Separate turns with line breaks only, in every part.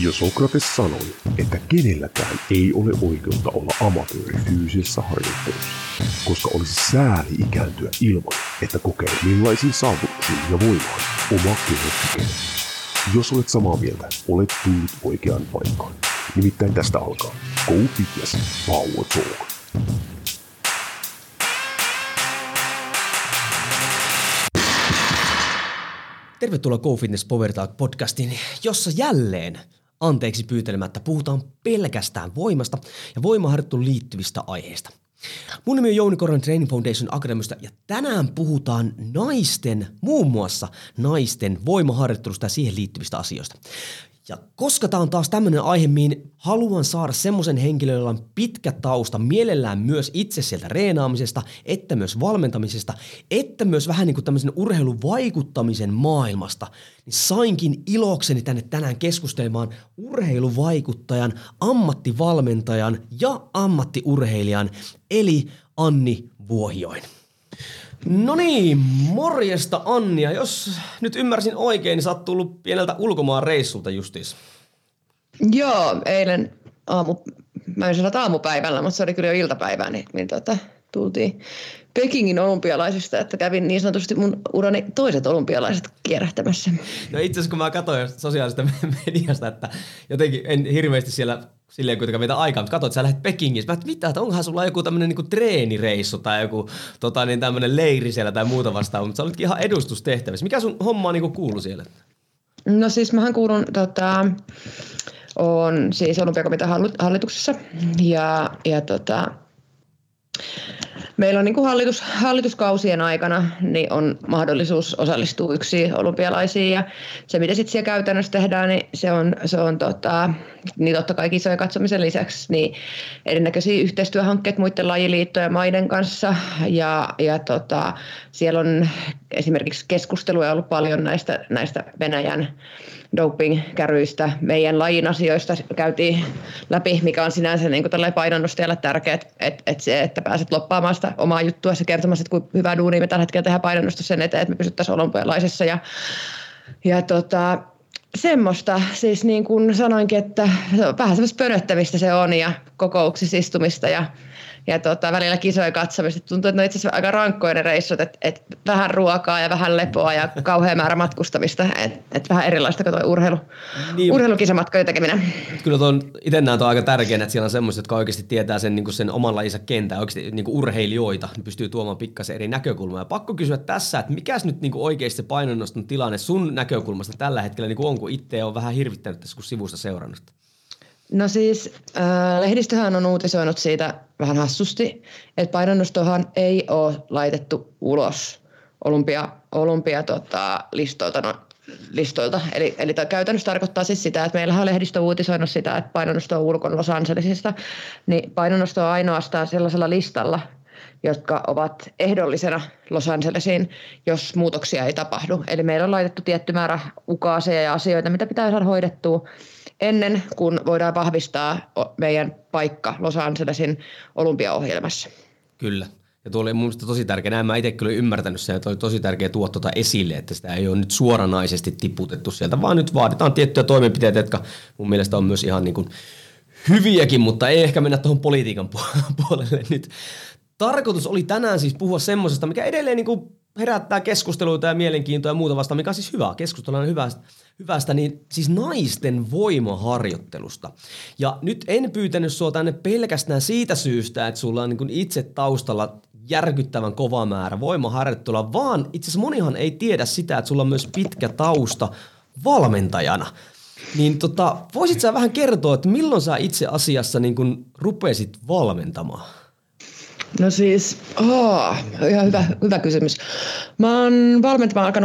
Jo Sokrates sanoi, että kenelläkään ei ole oikeutta olla amatööri fyysisessä harjoittelussa, koska olisi sääli ikääntyä ilman, että kokee millaisiin saavutuksiin ja voimaan oma keho kykenee. Jos olet samaa mieltä, olet tullut oikeaan paikkaan. Nimittäin tästä alkaa Go Fitness Power Talk.
Tervetuloa Go Fitness Power Talk podcastiin, jossa jälleen anteeksi pyytelemättä puhutaan pelkästään voimasta ja voimaharjoitteluun liittyvistä aiheista. Mun nimi on Jouni Korhonen Training Foundation Academysta ja tänään puhutaan muun muassa naisten voimaharjoittelusta ja siihen liittyvistä asioista. Ja koska tää on taas tämmönen aihe, mihin haluan saada semmoisen henkilön, jolla on pitkä tausta, mielellään myös itse sieltä reenaamisesta, että myös valmentamisesta, että myös vähän niin kuin tämmöisen urheiluvaikuttamisen maailmasta, niin sainkin ilokseni tänne tänään keskustelemaan urheiluvaikuttajan, ammattivalmentajan ja ammattiurheilijan, eli Anni Vuohioinen. No niin, morjesta Annia. Jos nyt ymmärsin oikein, niin sä oot tullut pieneltä ulkomaan reissulta justiis.
Joo, eilen mä en sanoa aamupäivällä, mutta se oli kyllä jo iltapäivää, niin tultiin Pekingin olympialaisista, että kävin niin sanotusti mun urani toiset olympialaiset kierähtämässä.
No itse asiassa kun mä katsoin sosiaalisesta mediasta, että jotenkin en hirveästi siellä silleen kuitenkaan vietä aikaa, mutta katsoin, että sä lähdet Pekingissä. Mä mitä, että onkohan sulla joku tämmönen niinku treenireissu tai joku tämmönen leiri siellä tai muuta vastaavaa, mutta sä olitkin ihan edustustehtävissä. Mikä sun hommaa niinku kuulu siellä?
No siis mähän kuulun on siis olympiakomitean hallituksessa ja meillä on niin kuin hallituskausien aikana niin on mahdollisuus osallistua yksiin olympialaisiin ja se mitä sitten siellä käytännössä tehdään, niin se on niin totta kai kisojen katsomisen lisäksi niin erinäköisiä yhteistyöhankkeet muiden lajiliittojen maiden kanssa ja siellä on esimerkiksi keskustelua ollut paljon näistä Venäjän doping-käryistä. Meidän lajin asioista käytiin läpi, mikä on sinänsä niin kuin painonnostajalle tärkeää, että pääset loppaamaan sitä omaa juttua ja kertomaan, että kuinka hyvää duunia me tällä hetkellä tehdään painonnosta sen eteen, että me pysyttäisiin olympialaisessa. Ja semmoista, siis niin kuin sanoinkin, että vähän semmoista pönöttämistä se on ja kokouksissa istumista ja välillä kisoja katsomista. Tuntuu, että ne on itse asiassa aika rankkoja ne reissut, että vähän ruokaa ja vähän lepoa ja kauhea määrä matkustamista. Että vähän erilaista kuin tuo urheilukisamatkojen tekeminen.
Kyllä itse näen tuon aika tärkeänä, että siellä on semmoiset, jotka oikeasti tietää sen oman lajinsa kentän, oikeasti niin kuin urheilijoita, niin pystyy tuomaan pikkasen eri näkökulmaa. Ja pakko kysyä tässä, että mikäs nyt niin kuin oikeasti se painonnoston tilanne sun näkökulmasta tällä hetkellä niin kuin on, kun itse on vähän hirvittänyt tässä kun sivusta seurannut?
No siis lehdistöhän on uutisoinut siitä vähän hassusti, että painonnostohan ei ole laitettu ulos listoilta. Eli käytännössä tarkoittaa siis sitä, että meillähän on lehdistö uutisoinut sitä, että painonnosto on ulkona Los Angelesista, niin painonnosto on ainoastaan sellaisella listalla, jotka ovat ehdollisena Los Angelesiin, jos muutoksia ei tapahdu. Eli meillä on laitettu tietty määrä ukaaseja ja asioita, mitä pitää saada hoidettua ennen kuin voidaan vahvistaa meidän paikka Los Angelesin olympiaohjelmassa.
Kyllä. Ja tuo oli mun mielestä tosi tärkeä. Näin mä itse kyllä ymmärtänyt sen, että oli tosi tärkeä tuoda tuota esille, että sitä ei ole nyt suoranaisesti tiputettu sieltä, vaan nyt vaaditaan tiettyjä toimenpiteitä, jotka mun mielestä on myös ihan niin kuin hyviäkin, mutta ei ehkä mennä tuohon politiikan puolelle nyt. Tarkoitus oli tänään siis puhua semmoisesta, mikä edelleen niin kuin herättää keskusteluita ja mielenkiintoa ja muuta vastaan, mikä on siis hyvä. Keskustellaan hyvästä, niin siis naisten voimaharjoittelusta. Ja nyt en pyytänyt sua tänne pelkästään siitä syystä, että sulla on niin kuin itse taustalla järkyttävän kova määrä voimaharjoittelua, vaan itse asiassa monihan ei tiedä sitä, että sulla on myös pitkä tausta valmentajana. Niin voisit sä vähän kertoa, että milloin sä itse asiassa niin kuin rupesit valmentamaan?
No siis, ihan hyvä kysymys. Mä oon valmentamaan alkanut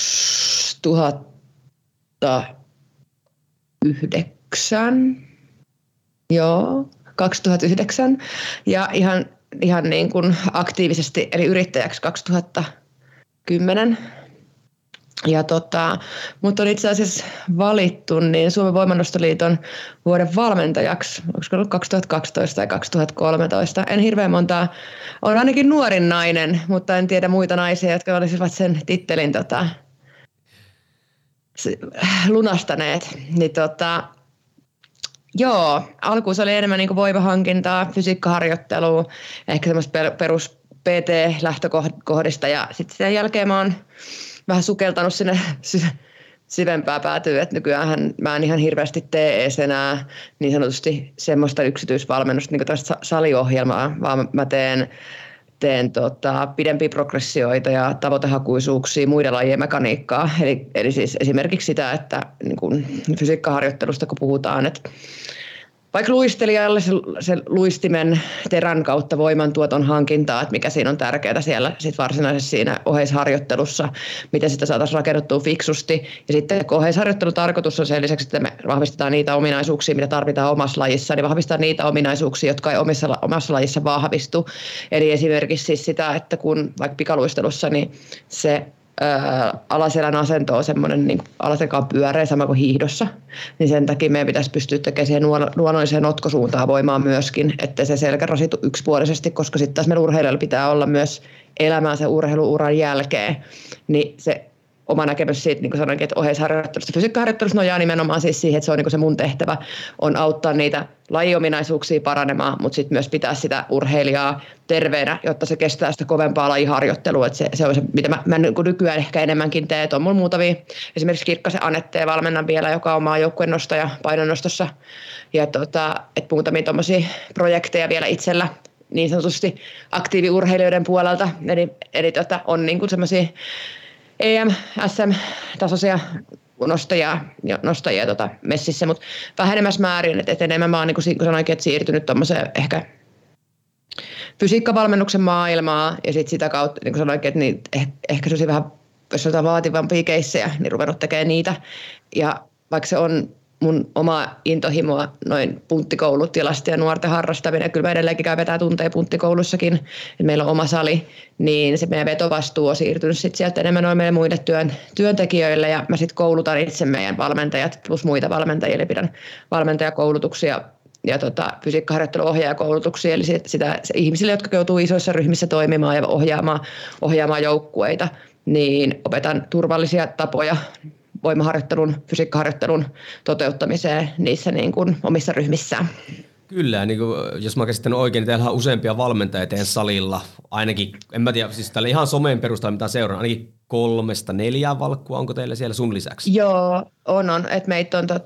2009. Joo, 2009. Ja ihan niin kuin aktiivisesti, eli yrittäjäksi 2010. Ja mut on itse asiassa valittu niin Suomen Voimannostoliiton vuoden valmentajaksi, onko se ollut 2012 tai 2013, en hirveän montaa, on ainakin nuorin nainen, mutta en tiedä muita naisia, jotka olisivat sen tittelin lunastaneet, niin Joo, alkuun se oli enemmän niin kuin voimahankintaa, fysiikkaharjoittelua, ehkä semmoista perus PT-lähtökohdista ja sitten sen jälkeen mä oon vähän sukeltanut sinne syvempää päätyy, että nykyään mä en ihan hirveästi tee edes enää niin sanotusti semmoista yksityisvalmennusta niin kuin tästä saliohjelmaa, vaan mä teen pidempiä progressioita ja tavoitehakuisuuksia, muiden lajien mekaniikkaa. Eli siis esimerkiksi sitä, että niin kun fysiikkaharjoittelusta kun puhutaan, että vaikka luistelijalle se luistimen terän kautta voimantuoton hankintaa, että mikä siinä on tärkeää siellä sit varsinaisessa siinä oheisharjoittelussa, miten sitä saataisiin rakennettua fiksusti. Ja sitten kun oheisharjoittelun tarkoitus on sen lisäksi, että me vahvistetaan niitä ominaisuuksia, mitä tarvitaan omassa lajissa, niin vahvistetaan niitä ominaisuuksia, jotka ei omassa lajissa vahvistu. Eli esimerkiksi siis sitä, että kun vaikka pikaluistelussa, niin se alaselän asento on semmoinen niin alaselkä pyöreä sama kuin hiihdossa, niin sen takia meidän pitäisi pystyä tekemään siihen luonnolliseen notkosuuntaan voimaa myöskin, että se selkä rasitu yksipuolisesti, koska sitten taas meillä urheilijoilla pitää olla myös elämää sen urheiluuran jälkeen, niin se oma näkemys siitä, niin kuin sanoinkin, että oheisharjoittelusta, fysiikkaharjoittelusta nojaa nimenomaan siis siihen, että se on niin kuin se mun tehtävä on auttaa niitä lajiominaisuuksia paranemaan, mutta sitten myös pitää sitä urheilijaa terveenä, jotta se kestää sitä kovempaa lajiharjoittelua. Että se on se, mitä mä nykyään ehkä enemmänkin teen, että on mulla muutamia, esimerkiksi Kirkkasen Anetteen valmennan vielä, joka on maajoukkueen nostaja painonnostossa, ja että muutamia tuommoisia projekteja vielä itsellä niin sanotusti aktiiviurheilijoiden puolelta, eli on niin kuin semmoisia EM, SM-tasoisia nostajia messissä, mutta vähenemässä määrin, että enemmän mä oon niin kuin sanoinkin, että siirtynyt tuommoiseen ehkä fysiikkavalmennuksen maailmaa ja sitten sitä kautta, niin kuin sanoinkin, että niin ehkä se olisi vähän, jos jotain vaativampia keissejä, niin ruvennut tekemään niitä. Ja vaikka se on mun oma intohimoa noin punttikoulut ja lasten ja nuorten harrastaminen. Kyllä mä edelleenkin käyn vetää tunteja punttikoulussakin, että meillä on oma sali, niin se meidän vetovastuu on siirtynyt sit sieltä enemmän noin meidän muille työntekijöille ja mä sitten koulutan itse meidän valmentajat plus muita valmentajia, eli pidän valmentajakoulutuksia ja fysiikkaharjoitteluohjaajakoulutuksia, eli sitä ihmisille, jotka joutuu isoissa ryhmissä toimimaan ja ohjaamaan joukkueita, niin opetan turvallisia tapoja voimaharjoittelun, fysiikkaharjoittelun toteuttamiseen niissä niin kuin omissa ryhmissään.
Kyllä, niin kuin, jos mä käsittänyt oikein, niin teillä on useampia valmentajia teidän salilla. Ainakin, en mä tiedä, siis tällä ihan someen perusteella mitä seuraan, ainakin 3-4 valkkua, onko teillä siellä sun lisäksi?
Joo, on. Että meitä on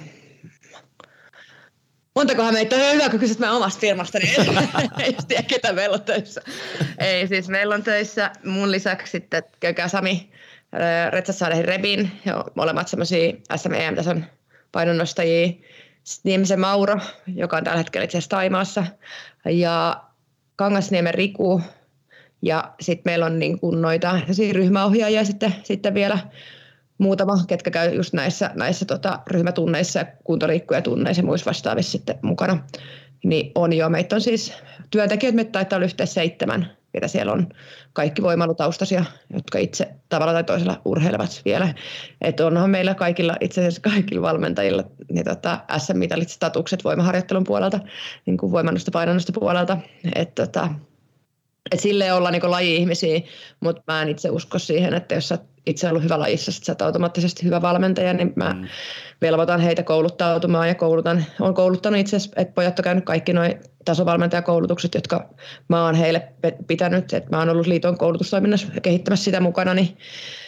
montakohan meitä on hyvä, kun kysyt mä omasta firmastani, ei tiedä ketä meillä on töissä. Ei, siis meillä on töissä mun lisäksi sitten Kökä Sami, Retsasaaren Rebin, ja molemmat semmoisia SMEM-tason painonnostajia. Sitten Niemisen Mauro, joka on tällä hetkellä itse asiassa Taimaassa, ja Kangasniemen Riku, ja sitten meillä on niin kuin noita ryhmäohjaajia sitten vielä muutama, ketkä käy just näissä ryhmätunneissa ja kuntoliikkujatunneissa ja muissa vastaavissa sitten mukana. Niin on jo, meitä on siis työntekijöitä, meitä taitaa olla yhteensä 7, mitä siellä on kaikki voimailutaustaisia, jotka itse tavalla tai toisella urheilevat vielä. Että onhan meillä kaikilla, itse asiassa kaikilla valmentajilla niin SM-mitalit statukset voimaharjoittelun puolelta, niin kuin voimannosta painonnosta puolelta. Että silleen ollaan niin kuin laji-ihmisiä, mutta mä en itse usko siihen, että jos sä itse ollut hyvä lajissa, että sä oot automaattisesti hyvä valmentaja, niin mä velvoitan heitä kouluttautumaan ja olen kouluttanut itse asiassa, että pojat on käynyt kaikki nuo tasovalmentajakoulutukset, jotka mä oon heille pitänyt, että mä oon ollut liiton koulutustoiminnassa kehittämässä sitä mukana, niin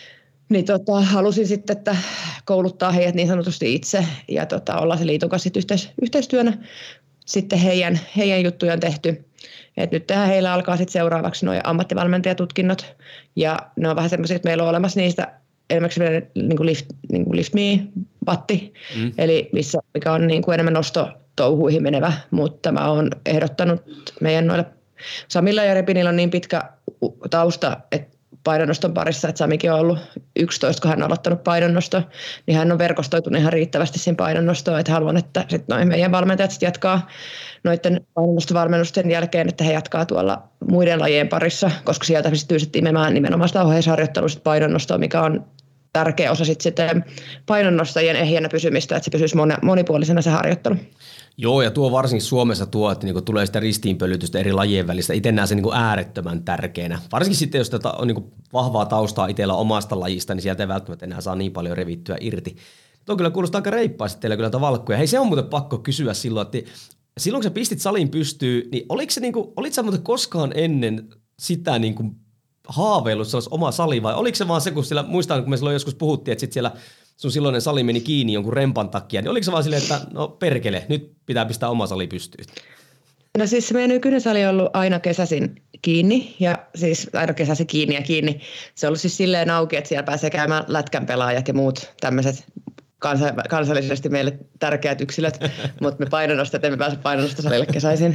halusin sitten, että kouluttaa heidät niin sanotusti itse ja ollaan se liiton kanssa yhteistyönä sitten heidän juttujaan tehty. Et nyt heillä alkaa sitten seuraavaksi nuo ammattivalmentajatutkinnot ja ne on vähän semmoisia, että meillä on olemassa niistä enimmäksi niin kuin lift me-patti, eli mikä on niin kuin enemmän nostotouhuihin menevä, mutta mä oon ehdottanut meidän noille Samilla ja Repinillä on niin pitkä tausta, että painonnoston parissa, että Samikin on ollut 11, kun hän on aloittanut painonnosto, niin hän on verkostoitunut ihan riittävästi siihen painonnostoon, että haluan, että sitten noin meidän valmentajat sitten jatkaa noiden painonnostovalmennusten jälkeen, että he jatkaa tuolla muiden lajien parissa, koska sieltä pystyy sitten nimenomaan sitä oheisharjoittelua painonnostoa, mikä on tärkeä osa sitten painonnostajien ehjänä pysymistä, että se pysyisi monipuolisena se harjoittelu.
Joo, ja tuo varsinkin Suomessa että niinku tulee sitä ristiinpölytystä eri lajien välistä. Itse näen sen niinku äärettömän tärkeänä. Varsinkin sitten, jos on niinku vahvaa taustaa itsellä omasta lajista, niin sieltä ei välttämättä enää saa niin paljon revittyä irti. Tuo kyllä kuulostaa aika reippaasti teillä kyllä valkkuja. Hei, se on muuten pakko kysyä silloin, että silloin kun sä pistit salin pystyyn, niin olit sä muuten koskaan ennen sitä niin kuin haaveillut sellaista oma sali vai oliko se vaan se, kun siellä, muistan kun me silloin joskus puhuttiin, että sit siellä sun silloinen sali meni kiinni jonkun rempan takia, niin oliko se vaan silleen, että no perkele, nyt pitää pistää oma sali pystyyn?
No siis se meidän nykyinen sali on ollut aina kesäisin kiinni ja siis aina kesäisin kiinni ja kiinni. Se on ollut siis silleen auki, että siellä pääsee käymään lätkän pelaajat ja muut tämmöiset kansallisesti meille tärkeät yksilöt, mutta me painonnostajat emme pääse painonnostosalille kesäisin.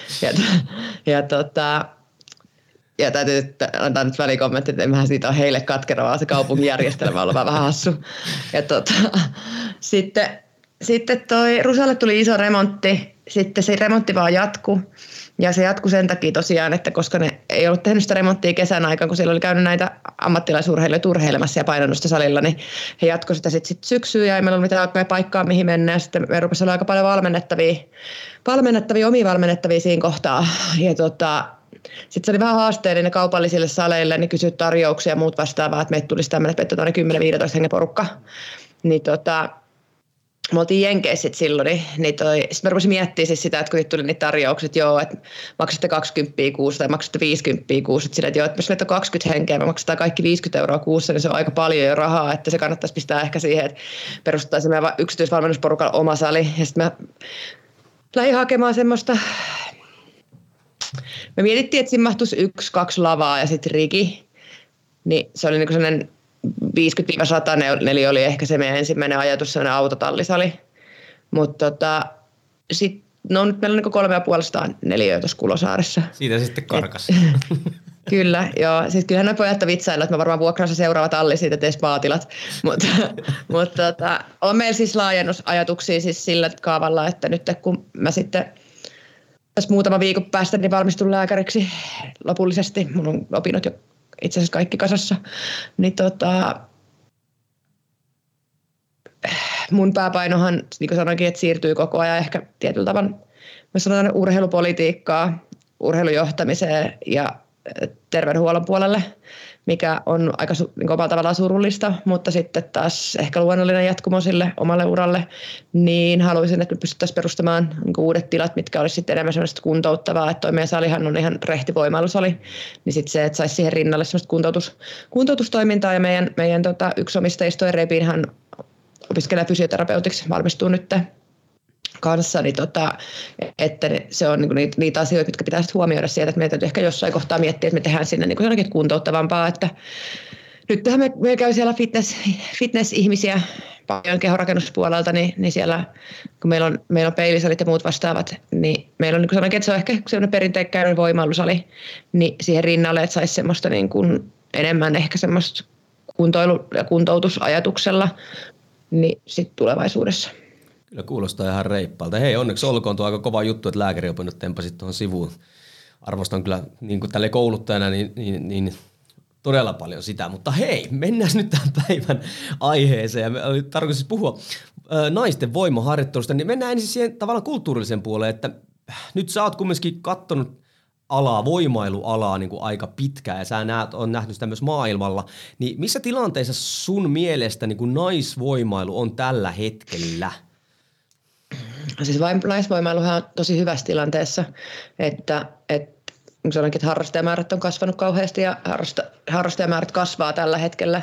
Ja täytyy antaa nyt välikommentti, että emmehän siitä ole heille katkeravaa, se kaupungin järjestelmä on vähän hassu. Ja sitten toi Rusalle tuli iso remontti, sitten se remontti vaan jatkui. Ja se jatkui sen takia tosiaan, että koska ne ei ollut tehnyt sitä remonttia kesän aikaan, kun siellä oli käynyt näitä ammattilaisurheilijoita urheilemassa ja painonnostosalilla, niin he jatkoi sitä sitten syksyyn ja ei meillä ollut mitään oikein paikkaa, mihin mennä. Ja sitten me rupesi olla aika paljon omia valmennettavia siinä kohtaa. Ja sitten se oli vähän haasteellinen kaupallisille saleille, niin kysyä tarjouksia ja muut vastaavaa, että meitä tulisi tämmöinen 10-15 hengen porukka. Niin me oltiin Jenkeissä sitten silloin, niin sitten mä rupesin miettimään siis sitä, että kun tuli niitä tarjoukset, joo, että maksatte 20 kuussa tai maksatte 50 kuussa, että sillä, että joo, että jos meitä on 20 henkeä, me maksetaan kaikki 50 € kuussa, niin se on aika paljon jo rahaa, että se kannattaisi pistää ehkä siihen, että perustettaisiin meidän yksityisvalmennusporukalla oma sali. Ja sitten mä lähdin hakemaan semmoista, me mietittiin, että siinä mahtuisi 1-2 lavaa ja sitten riki, niin se oli niinku sellainen 50-100 neliö oli ehkä se meidän ensimmäinen ajatus, sellainen autotallisali. Mutta nyt meillä on 350 neliöä tuossa Kulosaaressa.
Siitä se sitten karkas.
Kyllä, joo. Siis kyllähän nämä pojat on vitsailla, että mä varmaan vuokraan se seuraava talli siitä, tees paatilat. Mutta on meillä siis laajennusajatuksia siis sillä kaavalla, että nyt kun mä sitten tässä muutama viikon päästä niin valmistun lääkäriksi lopullisesti, mun on opinnot jo itse asiassa kaikki kasassa, niin mun pääpainohan, niin kuin sanoinkin, että siirtyy koko ajan ehkä tietyllä tavalla, mä sanotaan urheilupolitiikkaa, urheilujohtamiseen ja terveydenhuollon puolelle, mikä on aika niin omalla tavallaan surullista, mutta sitten taas ehkä luonnollinen jatkumo sille omalle uralle, niin haluaisin, että me pystyttäisiin perustamaan niin uudet tilat, mitkä olisi sitten enemmän sellaista kuntouttavaa, että toi meidän salihan on ihan rehtivoimailusali, niin sitten se, että saisi siihen rinnalle sellaista kuntoutustoimintaa ja meidän yksi omistajista, Repinhan opiskelee fysioterapeutiksi, valmistuu nyt kanssa, niin että se on niinku niitä asioita, mitkä pitäisi huomioida sieltä, että meidän täytyy ehkä jossain kohtaa miettiä, että me tehdään sinne niinku jonakin kuntouttavampaa, että nythän me käy siellä fitness-ihmisiä paljon kehorakennuspuolelta, niin siellä, kun meillä on peilisalit ja muut vastaavat, niin meillä on niin kuin sanoinkin, että se on ehkä sellainen perinteikkäinen voimailusali, niin siihen rinnalle, että saisi semmoista niin kuin enemmän ehkä semmoista kuntoilu- ja kuntoutusajatuksella, niin sitten tulevaisuudessa.
Kyllä kuulostaa ihan reippaalta. Hei, onneksi olkoon tuo aika kova juttu, että lääkäriopinnot tempasit tuohon sivuun. Arvostan kyllä niin kuin tälle kouluttajana niin todella paljon sitä. Mutta hei, mennään nyt tähän päivän aiheeseen. Me oli tarkoitus siis puhua naisten voimaharjoittelusta, niin mennään ensin siihen tavallaan kulttuurisen puoleen, että nyt sä oot kumminkin kattonut voimailualaa niin kuin aika pitkään ja sä on nähnyt sitä myös maailmalla, niin missä tilanteessa sun mielestä niin kuin naisvoimailu on tällä hetkellä?
Siis naisvoimailuhan on tosi hyvässä tilanteessa, että sanoinkin, että harrastajamäärät on kasvanut kauheasti ja harrastajamäärät kasvaa tällä hetkellä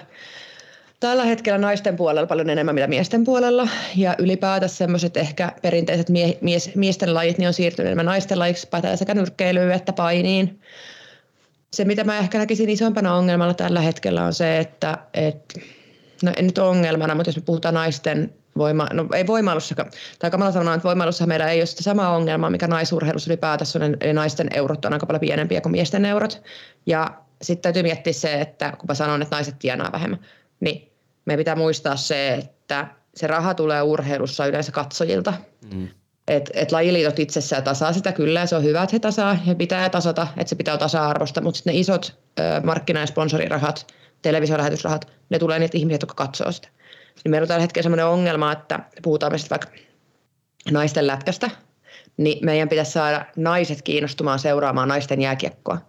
naisten puolella paljon enemmän mitä miesten puolella. Ja ylipäätänsä semmoiset ehkä perinteiset miesten lajit niin on siirtynyt enemmän naisten lajiksi, pätee sekä nyrkkeilyyn että painiin. Se, mitä mä ehkä näkisin isompana ongelmana tällä hetkellä on se, että no ei nyt ole ongelmana, mutta jos me puhutaan naisten ei voimailussakaan, tai kamala sanoa, että voimailussa meillä ei ole sitä samaa ongelmaa, mikä naisurheilussa ylipäätänsä on, eli naisten eurot on aika paljon pienempiä kuin miesten eurot. Ja sitten täytyy miettiä se, että kun mä sanon, että naiset tienaa vähemmän, niin meidän pitää muistaa se, että se raha tulee urheilussa yleensä katsojilta. Et lajiliitot itsessään tasaa sitä kyllä, ja se on hyvä, että he tasaa, he pitää tasata, että se pitää tasa-arvosta, mutta sitten ne isot markkina- ja sponsorirahat, televisiolähetysrahat, ne tulee niitä ihmisiä, jotka katsoo sitä. Niin meillä on tällä hetkellä sellainen ongelma, että puhutaan me sitten vaikka naisten lätkästä, niin meidän pitäisi saada naiset kiinnostumaan seuraamaan naisten jääkiekkoa.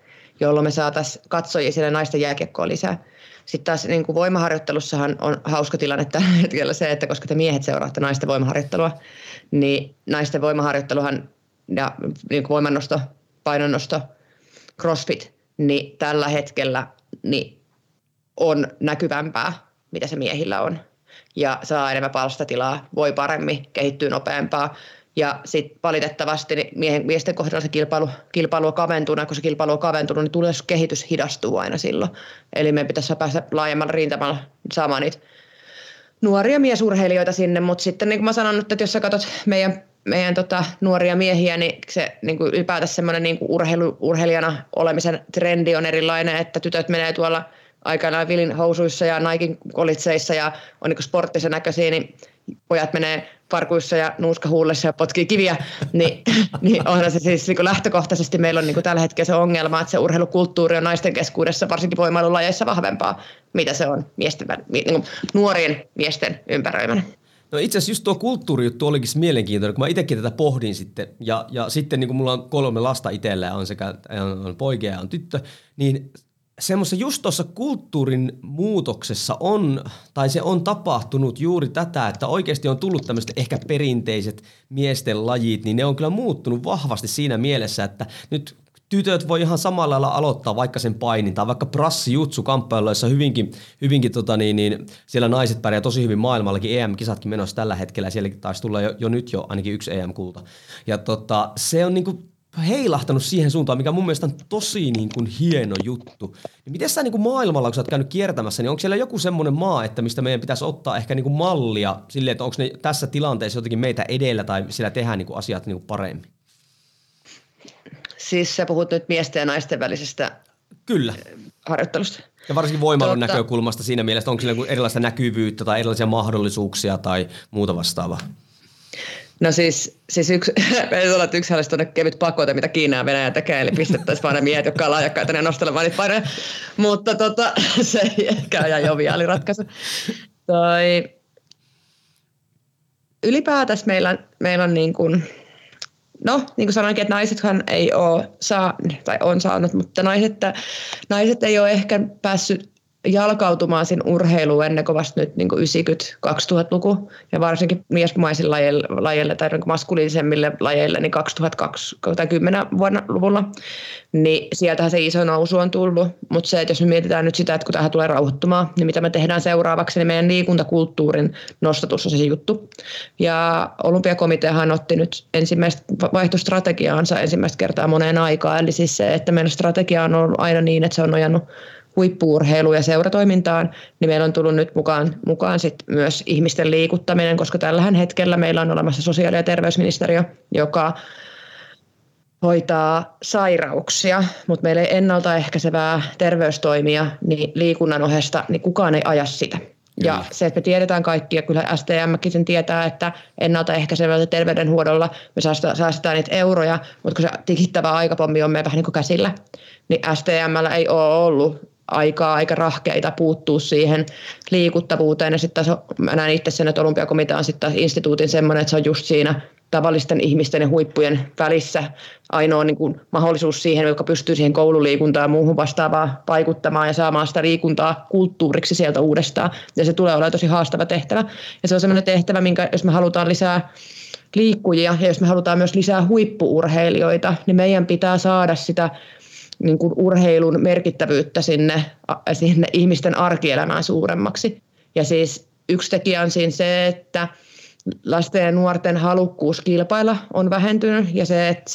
jolloin me saataisiin katsojia sinne naisten jääkiekkoon lisää. Sitten taas niin kuin voimaharjoittelussahan on hauska tilanne tällä hetkellä se, että koska te miehet seuraatte naisten voimaharjoittelua, niin naisten voimaharjoitteluhan ja niin kuin voimannosto, painonnosto, crossfit, niin tällä hetkellä niin on näkyvämpää, mitä se miehillä on. Ja saa enemmän palstatilaa, voi paremmin, kehittyy nopeampaa. Ja sitten valitettavasti niin miesten kohdalla se kilpailu on kaventunut, kun se kilpailu on kaventunut, niin tulee kehitys hidastuu aina silloin. Eli meidän pitäisi päästä laajemmalla rintamalla saamaan niitä nuoria miesurheilijoita sinne, mutta sitten niin kuin mä sanon, että jos sä katsot meidän nuoria miehiä, niin se niin kuin ylipäätänsä semmoinen niin kuin urheilijana olemisen trendi on erilainen, että tytöt menee tuolla aikanaan Vilin housuissa ja Naikin kolitseissa ja on niin kuin sporttisen näköisiä, niin pojat menee farkuissa ja nuuskahuulessa ja potkii kiviä, niin onhan se siis niin kuin lähtökohtaisesti meillä on niin kuin tällä hetkellä se ongelma, että se urheilukulttuuri on naisten keskuudessa, varsinkin voimailulajeissa vahvempaa, mitä se on niin kuin nuorien miesten ympäröimänä.
No itse asiassa just tuo kulttuurijuttu olikin mielenkiintoinen, kun mä itsekin tätä pohdin sitten, ja sitten niin kuin mulla on 3 lasta itsellä ja on sekä on poikia ja on tyttö, niin semmoisessa just tuossa kulttuurin muutoksessa se on tapahtunut juuri tätä, että oikeasti on tullut tämmöiset ehkä perinteiset miesten lajit, niin ne on kyllä muuttunut vahvasti siinä mielessä, että nyt tytöt voi ihan samalla lailla aloittaa vaikka sen painin tai vaikka prassijutsu-kamppailuissa hyvinkin siellä naiset pärjää tosi hyvin maailmallakin, EM-kisatkin menossa tällä hetkellä ja sielläkin taisi tulla jo nyt ainakin 1 EM-kulta. Ja se on niinku heilahtanut siihen suuntaan, mikä mun mielestä on tosi niin kuin hieno juttu. Niin miten sä niin kuin maailmalla, kun sä oot käynyt kiertämässä, niin onko siellä joku semmoinen maa, että mistä meidän pitäisi ottaa ehkä niin kuin mallia silleen, että onko ne tässä tilanteessa jotenkin meitä edellä tai siellä tehdään niin kuin asiat niin kuin paremmin?
Siis sä puhut nyt miesten ja naisten välisestä
Kyllä.
Harjoittelusta.
Ja varsinkin voimailun näkökulmasta siinä mielessä, onko siellä erilaista näkyvyyttä tai erilaisia mahdollisuuksia tai muuta vastaavaa?
No siis yksi haluaisi tuonne kevyt pakote, mitä Kiina ja Venäjä tekee, eli pistettäisiin vaan ne miehet, jotka on lahjakkaita ja nostelemaan niitä painoja. Mutta se ei ehkä ole ihan joviaali ratkaisu. Ylipäätänsä meillä on niin kuin, no niin kuin sanoinkin, että naisethan ei ole tai on saanut, mutta naiset ei ole ehkä päässyt jalkautumaan siinä urheiluun ennen kuin vasta nyt niin 90-2000-luku ja varsinkin miesmaisille lajeille tai maskuliinisemmille lajeille niin 2010-luvulla, niin sieltähän se iso nousu on tullut, mutta se, että jos me mietitään nyt sitä, että kun tähän tulee rauhoittumaan, niin mitä me tehdään seuraavaksi, niin meidän liikuntakulttuurin nostatus on se juttu. Ja Olympiakomiteahan otti nyt vaihtostrategiaansa ensimmäistä kertaa moneen aikaan, eli siis se, että meidän strategia on ollut aina niin, että se on nojannut huippu-urheiluun ja seuratoimintaan, niin meillä on tullut nyt mukaan sit myös ihmisten liikuttaminen, koska tällähän hetkellä meillä on olemassa sosiaali- ja terveysministeriö, joka hoitaa sairauksia, mutta meillä ei ennaltaehkäisevää terveystoimia niin liikunnan ohesta, niin kukaan ei aja sitä. Ja se, että me tiedetään kaikki, ja kyllä STM:kin sen tietää, että ennaltaehkäisevällä terveydenhuollolla me säästetään niitä euroja, mutta kun se tikittävä aikapommi on meidän vähän niin kuin käsillä, niin STM:llä ei ole ollut aikaa aika rahkeita puuttuu siihen liikuttavuuteen. Ja sitten taas mä näen itse sen, että Olympiakomitea on sitten taas instituutin semmoinen, että se on just siinä tavallisten ihmisten ja huippujen välissä ainoa niin kuin mahdollisuus siihen, joka pystyy siihen koululiikuntaan ja muuhun vastaavaan vaikuttamaan ja saamaan sitä liikuntaa kulttuuriksi sieltä uudestaan. Ja se tulee olemaan tosi haastava tehtävä. Ja se on semmoinen tehtävä, minkä jos me halutaan lisää liikkujia ja jos me halutaan myös lisää huippu-urheilijoita, niin meidän pitää saada sitä niin kuin urheilun merkittävyyttä sinne ihmisten arkielämään suuremmaksi. Ja siis yksi tekijä on siinä se, että lasten ja nuorten halukkuus kilpailla on vähentynyt ja se, että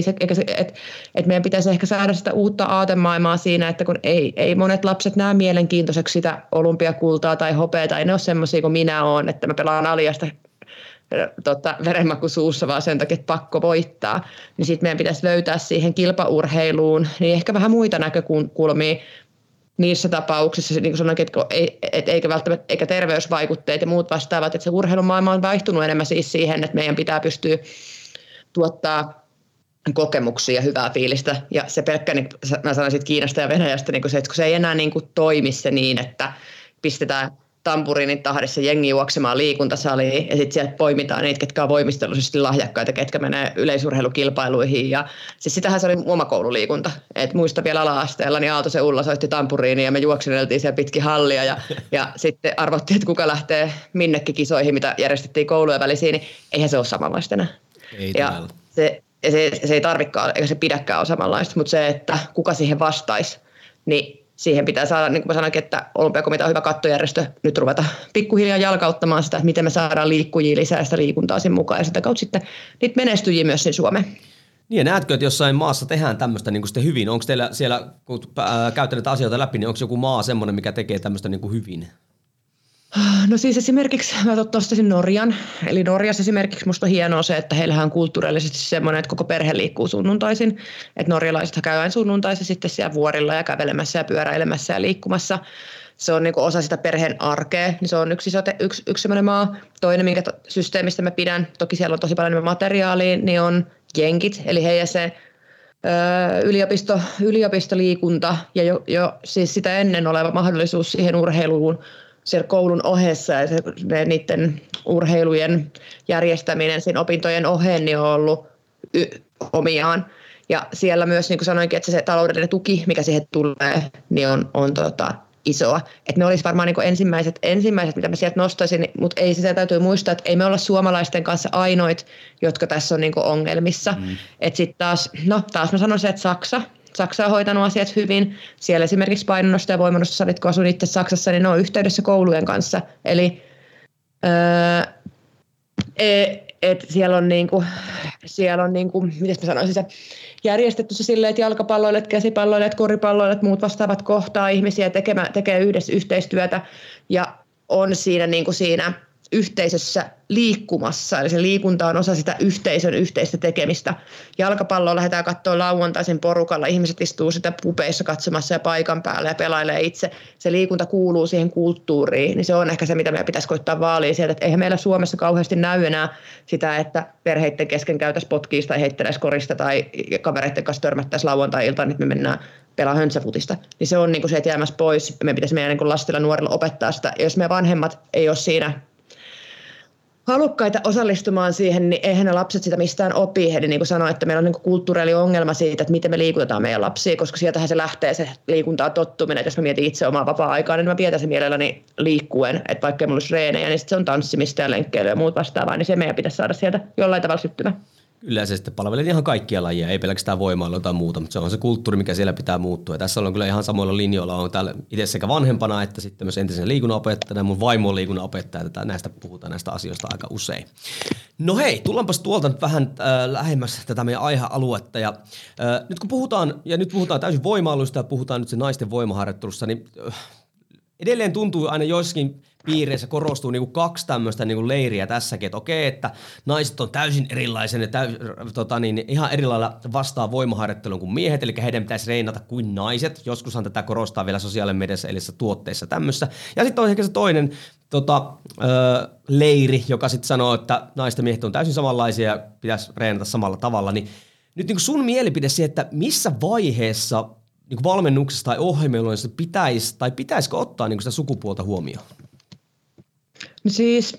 että meidän pitäisi ehkä saada sitä uutta aatemaailmaa siinä, että kun ei monet lapset näe mielenkiintoiseksi sitä olympiakultaa tai hopeaa tai ne ole semmoisia kuin minä olen, että mä pelaan aliasta verenmaku suussa vaan sen takia, että pakko voittaa, niin sitten meidän pitäisi löytää siihen kilpaurheiluun niin ehkä vähän muita näkökulmia niissä tapauksissa, niin kuin sanoin, että eikä välttämättä eikä terveysvaikutteet ja muut vastaavat, että se urheilumaailma on vaihtunut enemmän siis siihen, että meidän pitää pystyä tuottaa kokemuksia ja hyvää fiilistä ja se pelkkä, niin mä sanoisin Kiinasta ja Venäjästä, niin se, että kun se ei enää niin kuin toimi se niin, että pistetään tampuriinin tahdissa jengi juoksemaan liikuntasaliin ja sitten sieltä poimitaan niitä, ketkä on voimistelullisesti lahjakkaita, ketkä menee yleisurheilukilpailuihin. Ja siis sitähän se oli oma koululiikunta. Et muista vielä ala-asteella, niin Aaltosen Ulla soitti tampuriiniin ja me juokseneltiin siellä pitkin hallia ja sitten arvottiin, että kuka lähtee minnekin kisoihin, mitä järjestettiin koulujen välisiin, niin eihän se ole samanlaista enää.
Ei
ja se ei tarvikaan, eikä se pidäkään ole samanlaista, mutta se, että kuka siihen vastaisi, niin siihen pitää saada, niin kuin mä sanoinkin, että Olympiakomitea on hyvä kattojärjestö, nyt ruveta pikkuhiljaa jalkauttamaan sitä, että miten me saadaan liikkujia lisää sitä liikuntaa sen mukaan ja sitä kautta sitten niitä menestyjiä myös sinne Suomeen.
Niin ja näetkö, että jossain maassa tehdään tämmöistä niin kuin sitten hyvin? Onko teillä siellä, kun käytte näitä asioita läpi, niin onko joku maa semmoinen, mikä tekee tämmöistä niin kuin hyvin?
No siis esimerkiksi mä nostaisin Norjan. Eli Norjassa esimerkiksi musta on hienoa se, että heillähän on kulttuurillisesti semmoinen, että koko perhe liikkuu sunnuntaisin. Että norjalaiset käydään sunnuntaisin sitten siellä vuorilla ja kävelemässä ja pyöräilemässä ja liikkumassa. Se on niin kuin osa sitä perheen arkea, niin se on yksi semmoinen maa. Toinen, minkä systeemistä mä pidän, toki siellä on tosi paljon enemmän materiaalia, niin on jenkit, eli heidän se yliopistoliikunta ja jo siis sitä ennen oleva mahdollisuus siihen urheiluun siellä koulun ohessa ja niiden urheilujen järjestäminen siinä opintojen oheen niin on ollut omiaan. Ja siellä myös, niin kuin sanoinkin, että se taloudellinen tuki, mikä siihen tulee, niin on isoa. Että ne olisi varmaan niin ensimmäiset, mitä mä sieltä nostaisin, mutta ei sitä täytyy muistaa, että ei me olla suomalaisten kanssa ainoit, jotka tässä on niin kuin ongelmissa. Että sitten taas mä sanoisin, että Saksa on hoitanut asiat hyvin. Siellä esimerkiksi painonnosto- ja voimannostosalit, kun asun itse Saksassa, niin ne on yhteydessä koulujen kanssa. Eli siellä on miten mä sanoisin, se järjestetty se silleen, että jalkapalloilijat, käsipalloilijat, koripalloilijat, muut vastaavat kohtaa ihmisiä tekee yhdessä yhteistyötä ja on siinä yhteisössä liikkumassa. Eli se liikunta on osa sitä yhteisön yhteistä tekemistä. Jalkapalloa lähdetään katsoa lauantaisin porukalla. Ihmiset istuu sitä pubeissa katsomassa ja paikan päällä ja pelailee itse. Se liikunta kuuluu siihen kulttuuriin. Niin se on ehkä se, mitä meidän pitäisi koittaa vaalia sieltä. Että eihän meillä Suomessa kauheasti näy enää sitä, että perheiden kesken käytäisiin potkiista tai heitteläisi korista tai kavereiden kanssa törmättäisiin lauantai-iltaan, niin me mennään pelaa höntsäfutista. Niin se on niin kuin se, että jäämässä pois. Me pitäisi meidän niin kuin lastilla nuorilla opettaa sitä. Ja jos meidän vanhemmat ei ole siinä halukkaita osallistumaan siihen, niin eihän ne lapset sitä mistään opi. Eli niin kuin sanoin, että meillä on niin kuin kulttuurillinen ongelma siitä, että miten me liikutetaan meidän lapsia, koska sieltähän se lähtee se liikuntaan tottuminen. Että jos mä mietin itse omaa vapaa-aikaa, niin mä vietäisin mielelläni liikkuen. Että vaikka ei mulla olisi reenejä, niin se on tanssimista ja lenkkeilyä ja muut vastaavaa, niin se meidän pitäisi saada sieltä jollain tavalla syttymään.
Kyllä se sitten palvelee ihan kaikkia lajeja, ei pelkästään voimailla tai muuta, mutta se on se kulttuuri, mikä siellä pitää muuttua. Ja tässä on kyllä ihan samoilla linjoilla, on täällä itse sekä vanhempana että sitten myös entisen liikunnanopettajana ja mun vaimo on liikunnanopettaja, näistä puhutaan näistä asioista aika usein. No hei, tullaanpas tuolta nyt vähän lähemmäs tätä meidän aihealuetta ja nyt kun puhutaan täysin voimailuista ja puhutaan nyt se naisten voimaharjoittelussa, niin edelleen tuntuu aina joissakin piireissä korostuu niinku kaksi tämmöistä niinku leiriä tässäkin, että okei, että naiset on täysin erilaisen ja ihan eri lailla vastaa voimaharjoitteluun kuin miehet, eli heidän pitäisi reenata kuin naiset. Joskushan tätä korostaa vielä sosiaalisen mediassa, eli tuotteissa tämmössä. Ja sitten on ehkä se toinen leiri, joka sitten sanoo, että naiset ja miehet on täysin samanlaisia ja pitäisi reenata samalla tavalla. Niin nyt niinku sun mielipide siihen, että missä vaiheessa niinku valmennuksessa tai ohjelmailuissa pitäisikö ottaa niinku sitä sukupuolta huomioon?
No siis,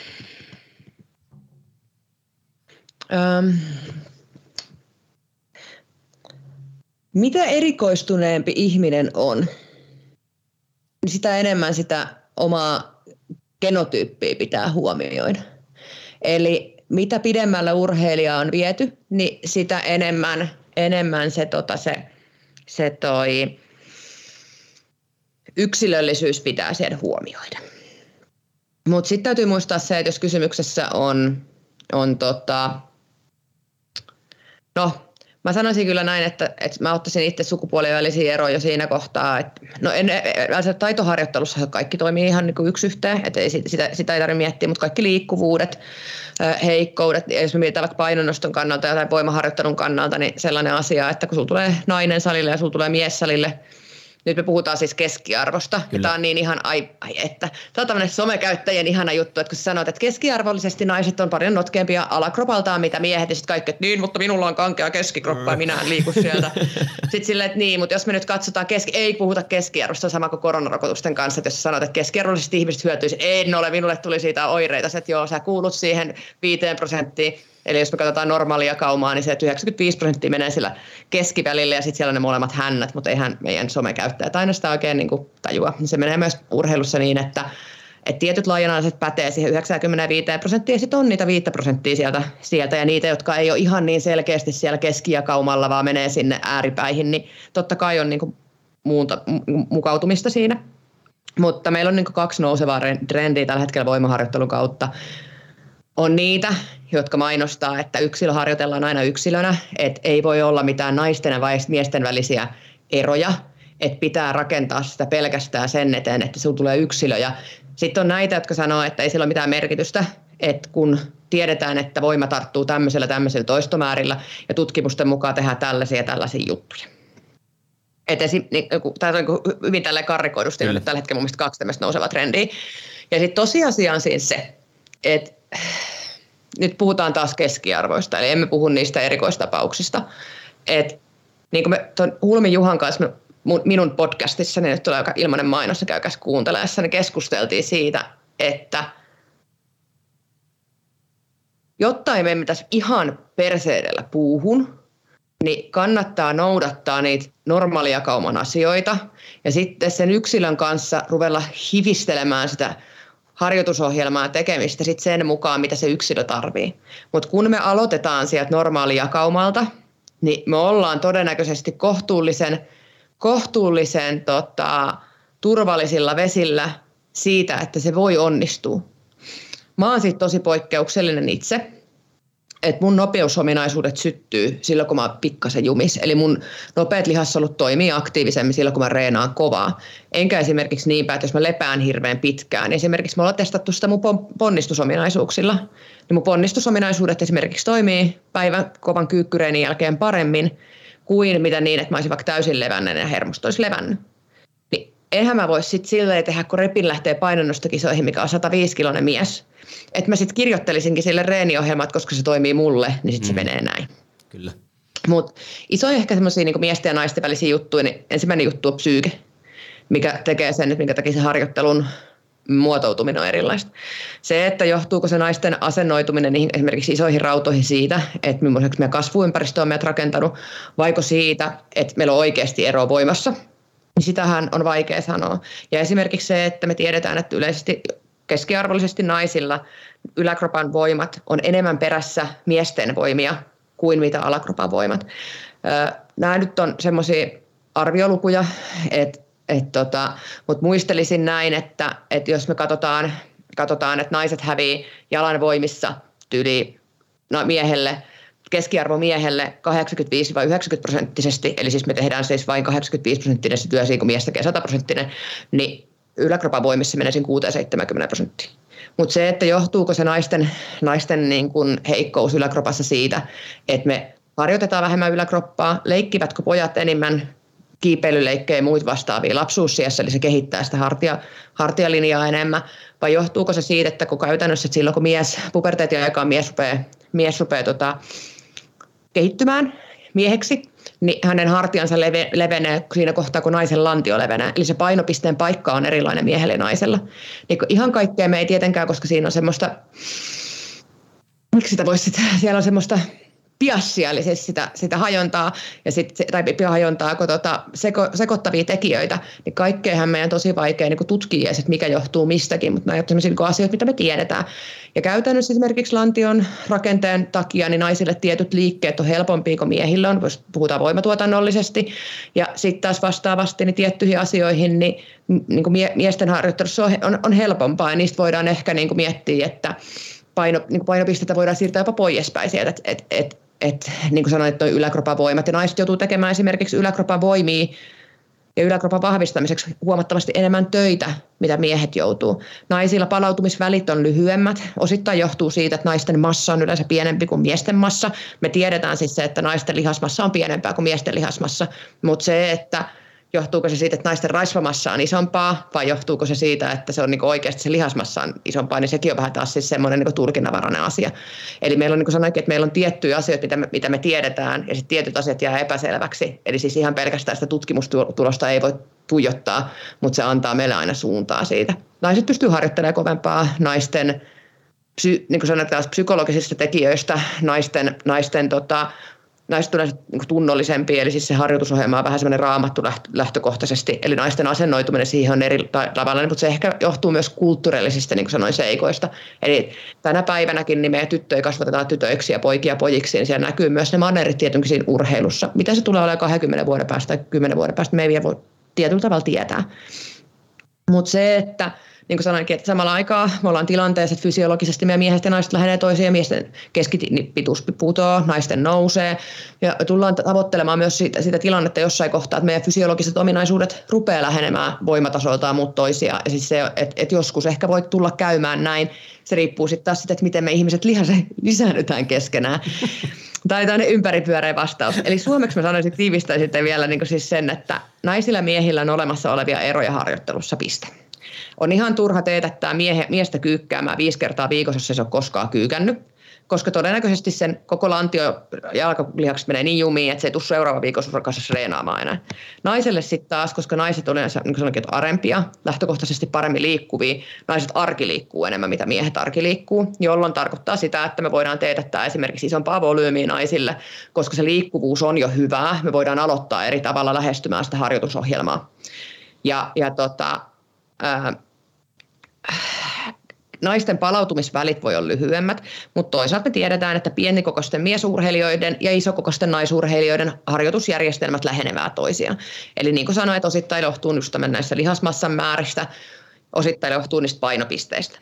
mitä erikoistuneempi ihminen on, niin sitä enemmän sitä omaa genotyyppiä pitää huomioida. Eli mitä pidemmällä urheilija on viety, niin sitä enemmän se yksilöllisyys pitää siellä huomioida. Mutta sitten täytyy muistaa se, että jos kysymyksessä mä sanoisin kyllä näin, että mä ottaisin itse sukupuolien välisiä eroja jo siinä kohtaa, että taitoharjoittelussa kaikki toimii ihan niin kuin yksi yhteen, että sitä ei tarvitse miettiä, mutta kaikki liikkuvuudet, heikkoudet, ja jos me mietitään vaikka painonnoston kannalta tai voimaharjoittelun kannalta, niin sellainen asia, että kun sulla tulee nainen salille ja sulla tulee mies salille, Nyt me puhutaan siis keskiarvosta. Ja tämä on niin ihan, että tämä on tämmöinen somekäyttäjien ihana juttu, että kun sä sanot, että keskiarvollisesti naiset on paljon notkeampia alakropaltaan, mitä miehet, ja sitten kaikki, että niin, mutta minulla on kankea keskikroppa ja minä en liiku sieltä. Sitten silleen, että niin, mutta jos me nyt katsotaan, ei puhuta keskiarvosta, sama kuin koronarokotusten kanssa, että jos sä sanot, että keskiarvollisesti ihmiset hyötyisi, minulle tuli siitä oireita, että joo, sä kuulut siihen 5%. Eli jos me katsotaan normaalia kaumaa, niin se 95% menee sillä keskivälillä ja sitten siellä on ne molemmat hännät, mutta eihän meidän somekäyttäjät aina sitä oikein niin kuin tajua. Se menee myös urheilussa niin, että tietyt lajialaiset pätee siihen 95% ja sitten on niitä 5% sieltä ja niitä, jotka ei ole ihan niin selkeästi siellä keski- ja kaumalla, vaan menee sinne ääripäihin, niin totta kai on niin kuin mukautumista siinä. Mutta meillä on niin kuin 2 nousevaa trendiä tällä hetkellä voimaharjoittelun kautta. On niitä, jotka mainostaa, että yksilö harjoitellaan aina yksilönä, että ei voi olla mitään naisten ja miesten välisiä eroja, että pitää rakentaa sitä pelkästään sen eteen, että sinulla tulee yksilö. Ja sitten on näitä, jotka sanoo, että ei sillä ole mitään merkitystä, että kun tiedetään, että voima tarttuu tämmöisellä toistomäärillä ja tutkimusten mukaan tehdään tällaisia juttuja. Tämä on hyvin tälleen karrikoidusti nyt tällä hetkellä mun mielestä 2 tämmöistä nousevaa trendiä. Ja sitten tosiasia on siis se, että nyt puhutaan taas keskiarvoista, eli emme puhu niistä erikoistapauksista. Et, niin kuin me tuon Hulmin Juhan kanssa minun podcastissani, nyt tulee aika ilmainen mainos, käykäs kuunteleessa, niin keskusteltiin siitä, että jotta ei me mentäisi ihan perseedellä puuhun, niin kannattaa noudattaa niitä normaalia kauman asioita ja sitten sen yksilön kanssa ruvella hivistelemään sitä harjoitusohjelmaa tekemistä sit sen mukaan, mitä se yksilö tarvii. Mutta kun me aloitetaan sieltä normaalia kaumalta, niin me ollaan todennäköisesti kohtuullisen turvallisilla vesillä siitä, että se voi onnistua. Mä oon siitä tosi poikkeuksellinen itse, että mun nopeusominaisuudet syttyy silloin, kun mä oon pikkasen jumis. Eli mun nopeat lihassolut toimii aktiivisemmin silloin, kun mä reenaan kovaa. Enkä esimerkiksi niin päin, että jos mä lepään hirveän pitkään. Esimerkiksi me ollaan testattu sitä mun ponnistusominaisuuksilla. Niin mun ponnistusominaisuudet esimerkiksi toimii päivän kovan kyykkyreenin jälkeen paremmin kuin mitä niin, että mä olisin vaikka täysin levännyt ja hermosto olisi levännyt. Niin enhän mä vois sitten silleen tehdä, kun repin lähtee painonnostokisoihin, mikä on 105-kiloinen mies. Että mä sitten kirjoittelisinkin sille reeniohjelmat, koska se toimii mulle, niin sitten se menee näin.
Kyllä.
Mutta isoja ehkä semmoisia niin miesten ja naisten välisiä juttuja, niin ensimmäinen juttu on psyyke, mikä tekee sen, että minkä takia se harjoittelun muotoutuminen on erilaista. Se, että johtuuko se naisten asennoituminen niihin esimerkiksi isoihin rautoihin siitä, että millaiseksi meidän kasvuympäristö on meidät rakentanut, vaiko siitä, että meillä on oikeasti eroa voimassa, niin sitähän on vaikea sanoa. Ja esimerkiksi se, että me tiedetään, että yleisesti keskiarvollisesti naisilla yläkropan voimat on enemmän perässä miesten voimia kuin mitä alakropan voimat. Nämä nyt on semmoisia arviolukuja, mutta muistelisin näin, että jos me katsotaan, että naiset hävii jalan voimissa miehelle, keskiarvomiehelle 85-90%, eli siis me tehdään siis vain 85% työ siinä, kun mies tekee 100%, niin yläkropan voimissa menee 6-70%. Mutta se, että johtuuko se naisten niin kun heikkous yläkropassa siitä, että me harjoitetaan vähemmän yläkroppaa, leikkivätkö pojat enemmän kiipeilyleikkejä ja muita vastaavia lapsuusiässä, eli se kehittää sitä hartialinjaa enemmän, vai johtuuko se siitä, että kun käytännössä silloin, kun puberteetin aikaan mies rupeaa kehittymään mieheksi, niin hänen hartiansa levenee siinä kohtaa, kun naisen lantio levenee. Eli se painopisteen paikka on erilainen miehellä ja naisella. Niin ihan kaikkea me ei tietenkään, koska siinä on semmoista, miksi sitä voisi sitten, siellä on semmoista piassia, eli siis sitä hajontaa, tai hajontaa, kun sekoittavia tekijöitä, niin kaikkeenhan meidän on tosi vaikea niin tutkia, että mikä johtuu mistäkin, mutta nämä ovat sellaisia asioita, mitä me tiedetään. Ja käytännössä esimerkiksi lantion rakenteen takia, niin naisille tietyt liikkeet on helpompia kuin miehillä on, jos puhutaan voimatuotannollisesti, ja sitten taas vastaavasti niin tiettyihin asioihin, niin kuin miesten harjoittelussa on helpompaa, ja niistä voidaan ehkä niin kuin miettiä, että painopistettä voidaan siirtää jopa poispäin sieltä, että niin kuin sanoin, että nuo yläkropan voimat ja naiset joutuu tekemään esimerkiksi yläkropan voimia ja yläkropan vahvistamiseksi huomattavasti enemmän töitä, mitä miehet joutuu. Naisilla palautumisvälit on lyhyemmät. Osittain johtuu siitä, että naisten massa on yleensä pienempi kuin miesten massa. Me tiedetään siis se, että naisten lihasmassa on pienempää kuin miesten lihasmassa, mutta se, että johtuuko se siitä, että naisten rasvamassa on isompaa, vai johtuuko se siitä, että se on niin oikeasti se lihasmassa on isompaa, niin sekin on vähän taas siis semmoinen niin tulkinnanvarainen asia. Eli meillä on, niin kuin sanoinkin, että meillä on tiettyjä asioita, mitä me tiedetään, ja sitten tietyt asiat jää epäselväksi. Eli siis ihan pelkästään sitä tutkimustulosta ei voi tuijottaa, mutta se antaa meille aina suuntaa siitä. Naiset pystyy harjoittelemaan kovempaa, naisten, niin kuin sanotaan, psykologisista tekijöistä, naisten tulee niin tunnollisempi, eli siis se harjoitusohjelma on vähän semmoinen raamattu lähtökohtaisesti, eli naisten asennoituminen siihen on eri tavalla, mutta se ehkä johtuu myös kulttuurillisista, niin kuin sanoin, seikoista. Eli tänä päivänäkin niin meidän tyttöjä kasvatetaan tytöiksi ja poikia pojiksi, niin siellä näkyy myös ne mannerit tietenkin siinä urheilussa. Mitä se tulee olemaan 20 vuoden päästä tai 10 vuoden päästä, me ei vielä voi tietyllä tavalla tietää. Mutta se, että niin kuin sanoinkin, että samalla aikaa me ollaan tilanteessa, että fysiologisesti meidän miehet ja naiset lähenee toisiaan, miesten keskipituus putoaa, naisten nousee. Ja tullaan tavoittelemaan myös sitä tilannetta jossain kohtaa, että meidän fysiologiset ominaisuudet rupeaa lähenemään voimatasoltaan muut toisiaan. Ja siis se, että joskus ehkä voi tulla käymään näin. Se riippuu sitten taas siitä, että miten me ihmiset lisäännytään keskenään. Tämä oli tämmöinen ympäripyöreä vastaus. Eli suomeksi mä sanoisin, tiivistäisin vielä niin kuin siis sen, että naisilla ja miehillä on olemassa olevia eroja harjoittelussa, piste. On ihan turha teetättää miestä kyykkäämään 5 kertaa viikossa, jos se on koskaan kyykännyt, koska todennäköisesti sen koko lantio jalkalihakset menee niin jumiin, että se ei tule seuraava viikossa kanssa treenaamaan enää. Naiselle sitten taas, koska naiset on yleensä, niin kuin sanoinkin, arempia, lähtökohtaisesti paremmin liikkuvia, naiset arkiliikkuu enemmän, mitä miehet arkiliikkuu, jolloin tarkoittaa sitä, että me voidaan teetättää esimerkiksi isompaa volyymiä naisille, koska se liikkuvuus on jo hyvää, me voidaan aloittaa eri tavalla lähestymään sitä harjoitusohjelmaa. Naisten palautumisvälit voi olla lyhyemmät, mutta toisaalta me tiedetään, että pienikokoisten miesurheilijoiden ja isokokoisten naisurheilijoiden harjoitusjärjestelmät lähenevät toisiaan. Eli niin kuin sanoin, että osittain johtuu just näistä lihasmassan määristä, osittain johtuu niistä painopisteistä.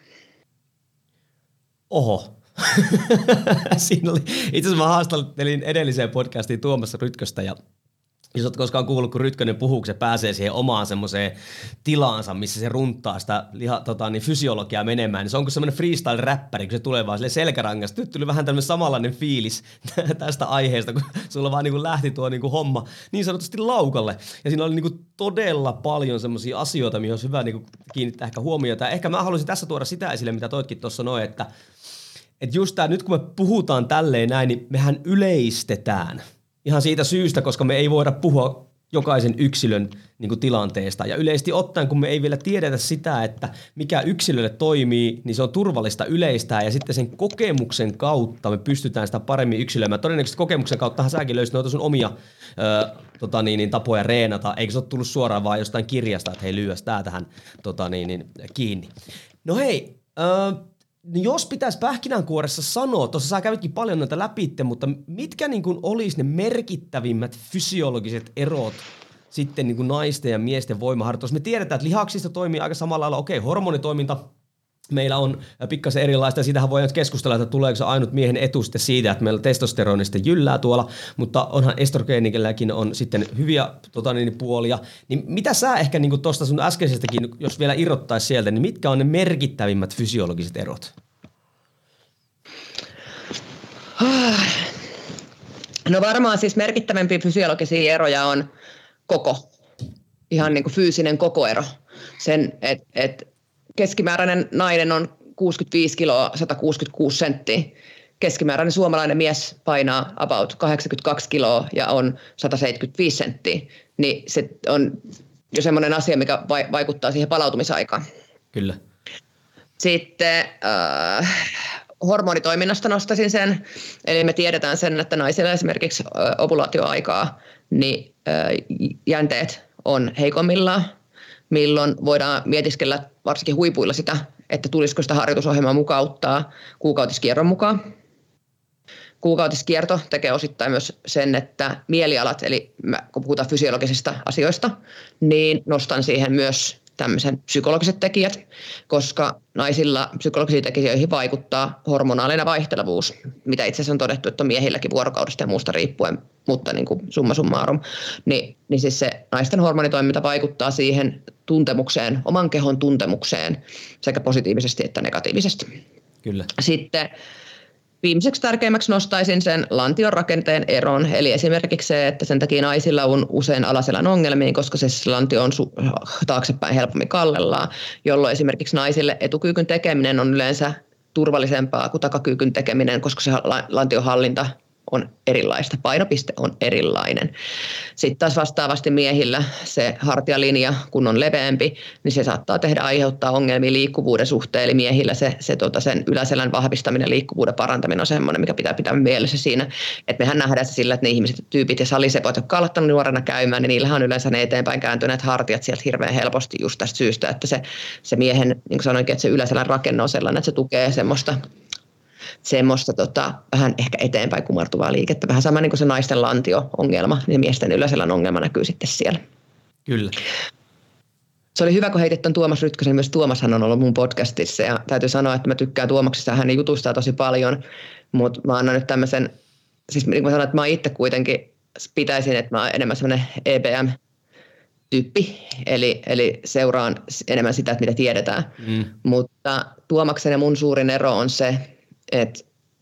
Oho. Siinä oli, itse asiassa mä haastattelin edelliseen podcastiin Tuomas Rytköstä ja jos olet koskaan kuullut, kun Rytkönen puhuu, kun se pääsee siihen omaan semmoiseen tilaansa, missä se runttaa sitä fysiologiaa menemään, niin se on kuin semmoinen freestyle-räppäri, kun se tulee vaan selkärangasta. Nyt tuli vähän tämmöinen samanlainen fiilis tästä aiheesta, kun sulla vaan niin lähti tuo niin homma niin sanotusti laukalle. Ja siinä oli niin todella paljon semmoisia asioita, mihin olisi hyvä niin kiinnittää ehkä huomiota. Ja ehkä mä haluaisin tässä tuoda sitä esille, mitä toitkin tuossa noin, että just tämä, nyt kun me puhutaan tälleen näin, niin mehän yleistetään. Ihan siitä syystä, koska me ei voida puhua jokaisen yksilön niin kuin tilanteesta. Ja yleisesti ottaen, kun me ei vielä tiedetä sitä, että mikä yksilölle toimii, niin se on turvallista yleistää. Ja sitten sen kokemuksen kautta me pystytään sitä paremmin yksilöimään. Todennäköisesti kokemuksen kauttahan säkin löysit noita sun omia tapoja reenata. Eikö se ole tullut suoraan vaan jostain kirjasta, että hei, lyös tää tähän kiinni. No hei, jos pitäisi pähkinänkuoressa sanoa, tuossa sä kävitkin paljon näitä läpi, mutta mitkä niin kuin olisi ne merkittävimmät fysiologiset erot sitten niin kuin naisten ja miesten voimaharjoittelussa? Me tiedetään, että lihaksista toimii aika samalla lailla. Okei, hormonitoiminta meillä on pikkasen erilaista ja siitähän voidaan keskustella, että tuleeko se ainut miehen etu sitten siitä, että meillä testosteroni sitten jyllää tuolla, mutta onhan estrogeenikelläkin on sitten hyviä puolia. Niin mitä sä ehkä niin tuosta sun äskeisestäkin, jos vielä irrottaisi sieltä, niin mitkä on ne merkittävimmät fysiologiset erot?
No varmaan siis merkittävämpiä fysiologisia eroja on koko, ihan niin kuin fyysinen kokoero. Sen, että keskimääräinen nainen on 65 kiloa, 166 senttiä. Keskimääräinen suomalainen mies painaa about 82 kiloa ja on 175 senttiä. Niin se on jo semmoinen asia, mikä vaikuttaa siihen palautumisaikaan.
Kyllä.
Sitten hormonitoiminnasta nostaisin sen. Eli me tiedetään sen, että naisilla esimerkiksi ovulaatioaikaa, niin jänteet on heikommillaan, milloin voidaan mietiskellä varsinkin huipuilla sitä, että tulisiko sitä harjoitusohjelmaa mukauttaa kuukautiskierron mukaan. Kuukautiskierto tekee osittain myös sen, että mielialat, eli kun puhutaan fysiologisista asioista, niin nostan siihen myös tämmöisen psykologiset tekijät, koska naisilla psykologisiin tekijöihin vaikuttaa hormonaalinen vaihtelevuus, mitä itse asiassa on todettu, että on miehilläkin vuorokaudesta ja muusta riippuen, mutta niin kuin summa summarum, niin siis se naisten hormonitoiminta vaikuttaa siihen tuntemukseen, oman kehon tuntemukseen sekä positiivisesti että negatiivisesti.
Kyllä.
Sitten viimeiseksi tärkeimmäksi nostaisin sen lantion rakenteen eron, eli esimerkiksi se, että sen takia naisilla on usein alaselän ongelmiin, koska se lantio on taaksepäin helpommin kallellaan, jolloin esimerkiksi naisille etukyykyn tekeminen on yleensä turvallisempaa kuin takakyykyn tekeminen, koska se lantion hallinta on erilaista, painopiste on erilainen. Sitten taas vastaavasti miehillä se hartialinja, kun on leveämpi, niin se saattaa aiheuttaa ongelmia liikkuvuuden suhteen, eli miehillä sen yläselän vahvistaminen, liikkuvuuden parantaminen on semmoinen, mikä pitää pitää mielessä siinä, että mehän nähdään se sillä, että ne ihmiset, tyypit ja salisepot, jotka on aloittanut nuorena käymään, niin niillähän on yleensä ne eteenpäin kääntyneet hartiat sieltä hirveän helposti just tästä syystä, että se miehen, niin kuin sanoinkin, että se yläselän rakenne on sellainen, että se tukee semmoista vähän ehkä eteenpäin kumartuvaa liikettä. Vähän sama niin kuin se naisten lantio-ongelma, niin miesten yläselän ongelma näkyy sitten siellä.
Kyllä.
Se oli hyvä, kun heitit tuon Tuomas Rytkösen. Myös Tuomashan on ollut mun podcastissa ja täytyy sanoa, että mä tykkään Tuomaksesta ja hänen jutustaan tosi paljon, mutta mä annan nyt tämmöisen, siis niin kuin mä sanoin, että mä itse kuitenkin pitäisin, että mä oon enemmän semmoinen EBM-tyyppi, eli seuraan enemmän sitä, että mitä tiedetään. Mutta Tuomaksen ja mun suurin ero on se, että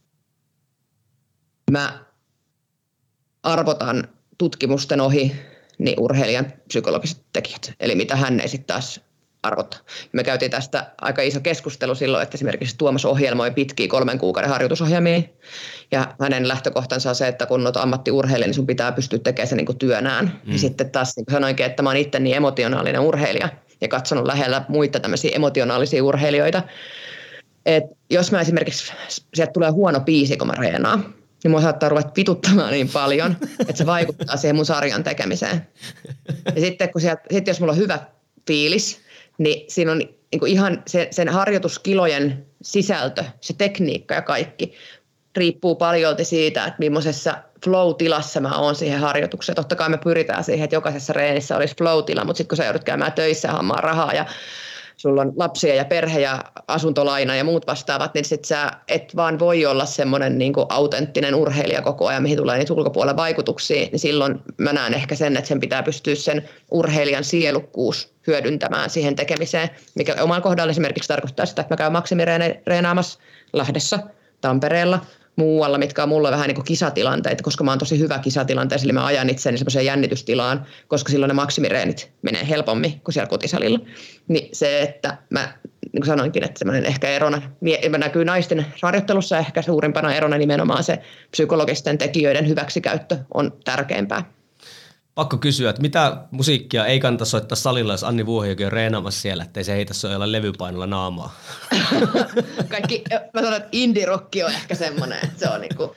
mä arvotan tutkimusten ohi niin urheilijan psykologiset tekijät, eli mitä hän ei sitten taas arvottaa. Me käytiin tästä aika iso keskustelu silloin, että esimerkiksi Tuomas ohjelmoi pitkiä 3 kuukauden harjoitusohjelmia, ja hänen lähtökohtansa on se, että kun olet ammattiurheilija, niin sun pitää pystyä tekemään se niin kuin työnään. Ja sitten taas niin kuin sanoinkin, että mä oon itse niin emotionaalinen urheilija, ja katsonut lähellä muita tämmöisiä emotionaalisia urheilijoita, että jos mä esimerkiksi, sieltä tulee huono biisi, kun mä reenaan, niin mua saattaa ruveta vituttamaan niin paljon, että se vaikuttaa siihen mun sarjan tekemiseen. Ja sitten jos mulla on hyvä fiilis, niin siinä on niin kuin ihan sen harjoituskilojen sisältö, se tekniikka ja kaikki riippuu paljolti siitä, että millaisessa flow-tilassa mä oon siihen harjoitukseen. Totta kai me pyritään siihen, että jokaisessa reenissä olisi flow-tila, mutta sitten kun sä joudut käymään töissä ja hammaa rahaa ja sulla on lapsia ja perhe ja asuntolaina ja muut vastaavat, niin sit sä et vaan voi olla semmoinen niin kuin autenttinen urheilija koko ajan, mihin tulee niitä ulkopuolella vaikutuksia, niin silloin mä näen ehkä sen, että sen pitää pystyä sen urheilijan sielukkuus hyödyntämään siihen tekemiseen, mikä omalla kohdalla esimerkiksi tarkoittaa sitä, että mä käyn maksimireenaamassa Lahdessa, Tampereella, muualla, mitkä on mulla vähän niin kuin kisatilanteita, koska mä oon tosi hyvä kisatilanteessa, eli mä ajan itseni semmoiseen jännitystilaan, koska silloin ne maksimireenit menee helpommin kuin siellä kotisalilla. Niin se, että mä niin kuin sanoinkin, että semmoinen ehkä erona, mä näkyy naisten harjoittelussa ehkä suurimpana erona nimenomaan se psykologisten tekijöiden hyväksikäyttö on tärkeämpää.
Pakko kysyä, että mitä musiikkia ei kannata soittaa salilla, jos Anni Vuohijoki on reenaamassa siellä, ettei se heitä sojalla levypainolla naamaa?
Kaikki, mä sanon, että indie-rokki on ehkä semmoinen, että se on niinku,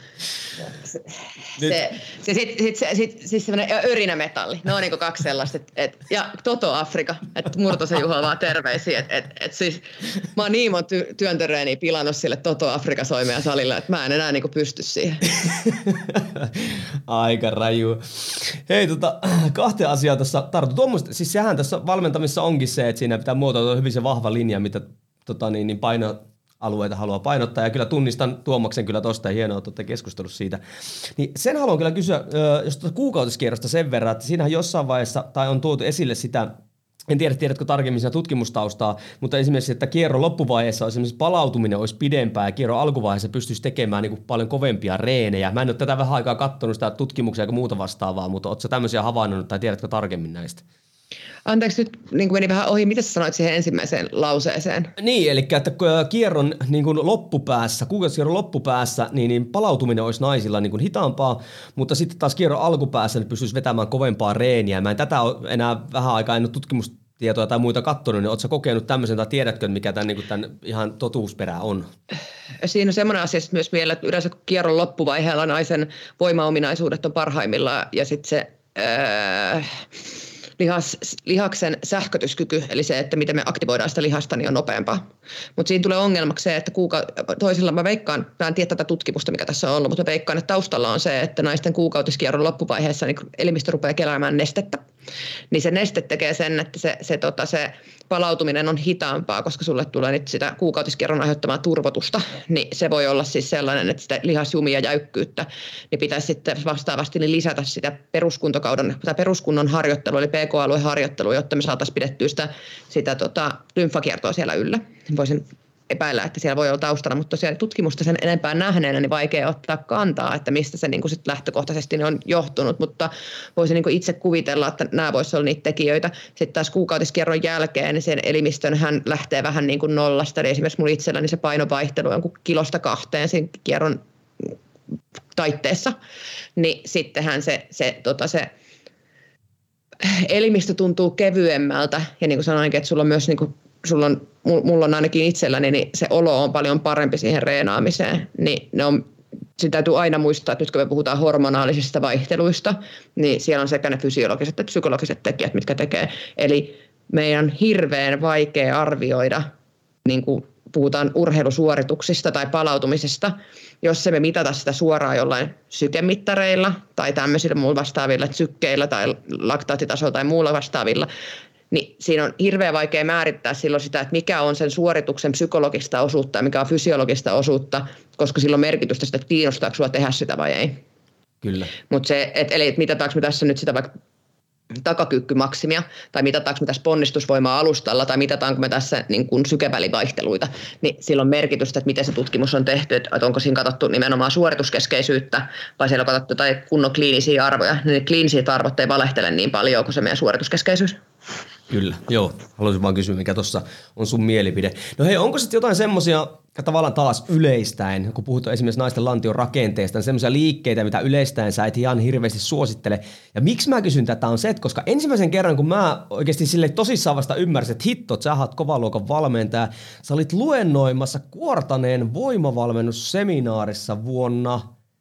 siis semmoinen örinämetalli. Ne on niinku 2 sellaista, ja Toto Afrika, että Murtosen Juho vaan terveisiä, että siis mä oon niin monta työntöreeniä pilannut sille Toto Afrika soimea salilla, että mä en enää niinku pysty siihen.
Aika raju. Hei, 2 asiaa tässä tarttu. Siis sehän tässä valmentamissa onkin se, että siinä pitää muotoilla hyvin se vahva linja, mitä painoalueita haluaa painottaa. Ja kyllä tunnistan Tuomaksen kyllä tosta, ja hienoa, että olette keskustellut siitä. Niin sen haluan kyllä kysyä, jos kuukautiskierrosta sen verran, että siinähän jossain vaiheessa, tai on tuotu esille sitä, en tiedä, tiedätkö tarkemmin siinä tutkimustaustaa, mutta esimerkiksi, että kierron loppuvaiheessa esimerkiksi palautuminen olisi pidempää ja kierron alkuvaiheessa pystyisi tekemään niin kuin paljon kovempia reenejä. Mä en ole tätä vähän aikaa katsonut sitä tutkimuksia ja muuta vastaavaa, mutta ootko sä tämmöisiä havainnut tai tiedätkö tarkemmin näistä?
Anteeksi, nyt niin meni vähän ohi. Mitä sä sanoit siihen ensimmäiseen lauseeseen?
Niin, eli että kierron niin kuin loppupäässä, kuukautiskierron loppupäässä, niin palautuminen olisi naisilla niin kuin hitaampaa, mutta sitten taas kierron alkupäässä ne pystyisi vetämään kovempaa reeniä. Mä en tätä ole enää vähän aikaa, en ole tutkimustietoja tai muita katsonut, niin ootko sä kokenut tämmöisen tai tiedätkö, mikä tämän, niin kuin tämän ihan totuusperä on? Siinä on semmoinen asia myös vielä, että yleensä kierron loppuvaiheella naisen voimaominaisuudet on parhaimmillaan ja sitten se lihaksen sähkötyskyky, eli se, että miten me aktivoidaan sitä lihasta, niin on nopeampaa. Mutta siinä tulee ongelmaksi se, että toisilla mä veikkaan, mä en tiedä tätä tutkimusta, mikä tässä on ollut, mutta mä veikkaan, että taustalla on se, että naisten kuukautiskierron loppuvaiheessa niin elimistö rupeaa keräämään nestettä. Niin se neste tekee sen, että se palautuminen on hitaampaa, koska sulle tulee nyt sitä kuukautiskierron aiheuttamaa turvotusta, niin se voi olla siis sellainen, että sitä lihasjumia ja jäykkyyttä, niin pitäisi sitten vastaavasti niin lisätä sitä peruskunnon harjoittelua, eli PK-alueen harjoittelua, jotta me saataisiin pidettyä sitä lymfakiertoa siellä yllä. Voisin
epäillä, että siellä voi olla taustalla, mutta tosiaan tutkimusta sen enempää nähneenä, niin vaikea ottaa kantaa, että mistä se niin kuin sit lähtökohtaisesti on johtunut, mutta voisin niin kuin itse kuvitella, että nämä voisivat olla niitä tekijöitä. Sitten taas kuukautiskierron jälkeen niin sen elimistön hän lähtee vähän niin kuin nollasta, eli esimerkiksi mulla itselläni se painovaihtelu on 1-2 siinä kierron taitteessa, niin sittenhän se elimistö tuntuu kevyemmältä, ja niin kuin sanoinkin, että sulla on myös, niin kuin, mulla on ainakin itselläni, niin se olo on paljon parempi siihen reenaamiseen, niin siinä täytyy aina muistaa, että nyt kun me puhutaan hormonaalisista vaihteluista, niin siellä on sekä ne fysiologiset että psykologiset tekijät, mitkä tekee, eli meidän on hirveän vaikea arvioida, niin kuin puhutaan urheilusuorituksista tai palautumisesta, jos me mitata sitä suoraan jollain sykemittareilla tai tämmöisillä muilla vastaavilla sykkeillä tai laktaattitasolla tai muulla vastaavilla, niin siinä on hirveän vaikea määrittää silloin sitä, että mikä on sen suorituksen psykologista osuutta ja mikä on fysiologista osuutta, koska sillä on merkitystä sitä, että kiinnostaako sinua tehdä sitä vai ei.
Kyllä.
Mutta se, eli mitataanko me tässä nyt sitä vaikka takakyykkymaksimia, tai mitataanko me tässä ponnistusvoimaa alustalla, tai mitataanko me tässä niin kuin sykevälivaihteluita, niin sillä on merkitystä, että miten se tutkimus on tehty, että onko siinä katsottu nimenomaan suorituskeskeisyyttä, vai siellä on katsottu jotain kunnon kliinisiä arvoja. Ne kliiniset arvot ei valehtele niin paljon kuin se meidän suorituskeskeisyys.
Kyllä, joo. Haluaisin vaan kysyä, mikä tuossa on sun mielipide. No hei, onko sitten jotain semmoisia, tavallaan taas yleistäen, kun puhutaan esimerkiksi naisten lantion rakenteesta, niin semmoisia liikkeitä, mitä yleistäen sä et ihan hirveästi suosittele. Ja miksi mä kysyn tätä on se, että koska ensimmäisen kerran, kun mä oikeasti sille tosissaan vasta ymmärsin, että hitto, sä oot kovan luokan valmentaja, sä olit luennoimassa Kuortaneen voimavalmennusseminaarissa vuonna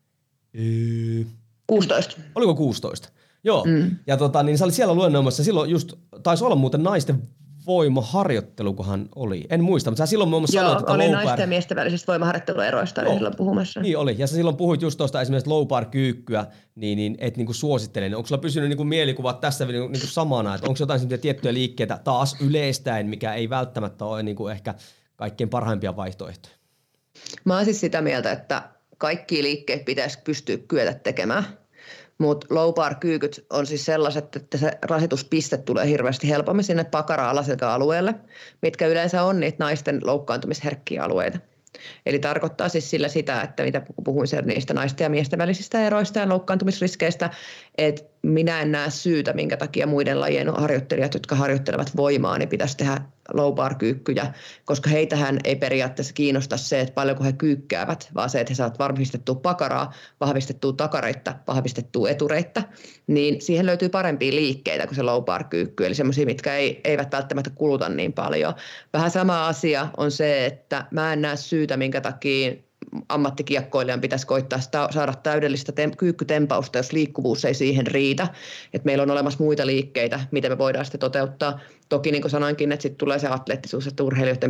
16.
Oliko 16? Joo, ja niin sä olit siellä luennoimassa, silloin just taisi olla muuten naisten voimaharjoittelukohan oli, en muista, mutta sä silloin muun muassa sanoit, että
oli naisten ja miesten välisistä voimaharjoittelueroista silloin puhumassa.
Niin oli, ja sä silloin puhuit just tuosta esimerkiksi low bar kyykkyä, niin et niinku suosittelen. Onko sulla pysynyt niinku mielikuvat tässä niinku samana, että onko jotain semmoisia tiettyjä liikkeitä taas yleistäen, mikä ei välttämättä ole niinku ehkä kaikkein parhaimpia vaihtoehtoja?
Mä oon siis sitä mieltä, että kaikki liikkeet pitäisi pystyä kyetä tekemään. Mutta low bar kyykyt on siis sellaiset, että se rasituspiste tulee hirveästi helpommin sinne pakara-alaselkäalueelle, mitkä yleensä on niitä naisten loukkaantumisherkkiä alueita. Eli tarkoittaa siis sillä sitä, että mitä puhuin niistä naisten ja miesten välisistä eroista ja loukkaantumisriskeistä, että minä en näe syytä, minkä takia muiden lajien harjoittelijat, jotka harjoittelevat voimaa, niin pitäisi tehdä low bar kyykkyjä, koska heitähän ei periaatteessa kiinnosta se, että paljonko he kyykkäävät, vaan se, että he saavat vahvistettua pakaraa, vahvistettua takareita, vahvistettua etureita, niin siihen löytyy parempia liikkeitä kuin se low bar kyykky, eli semmoisia, mitkä eivät välttämättä kuluta niin paljon. Vähän sama asia on se, että mä en näe syytä, minkä takia ammattikiekkoilijan pitäisi koittaa saada täydellistä kyykkytempausta, jos liikkuvuus ei siihen riitä. Et meillä on olemassa muita liikkeitä, mitä me voidaan sitten toteuttaa. Toki niin kuin sanoinkin, että sitten tulee se atleettisuus, että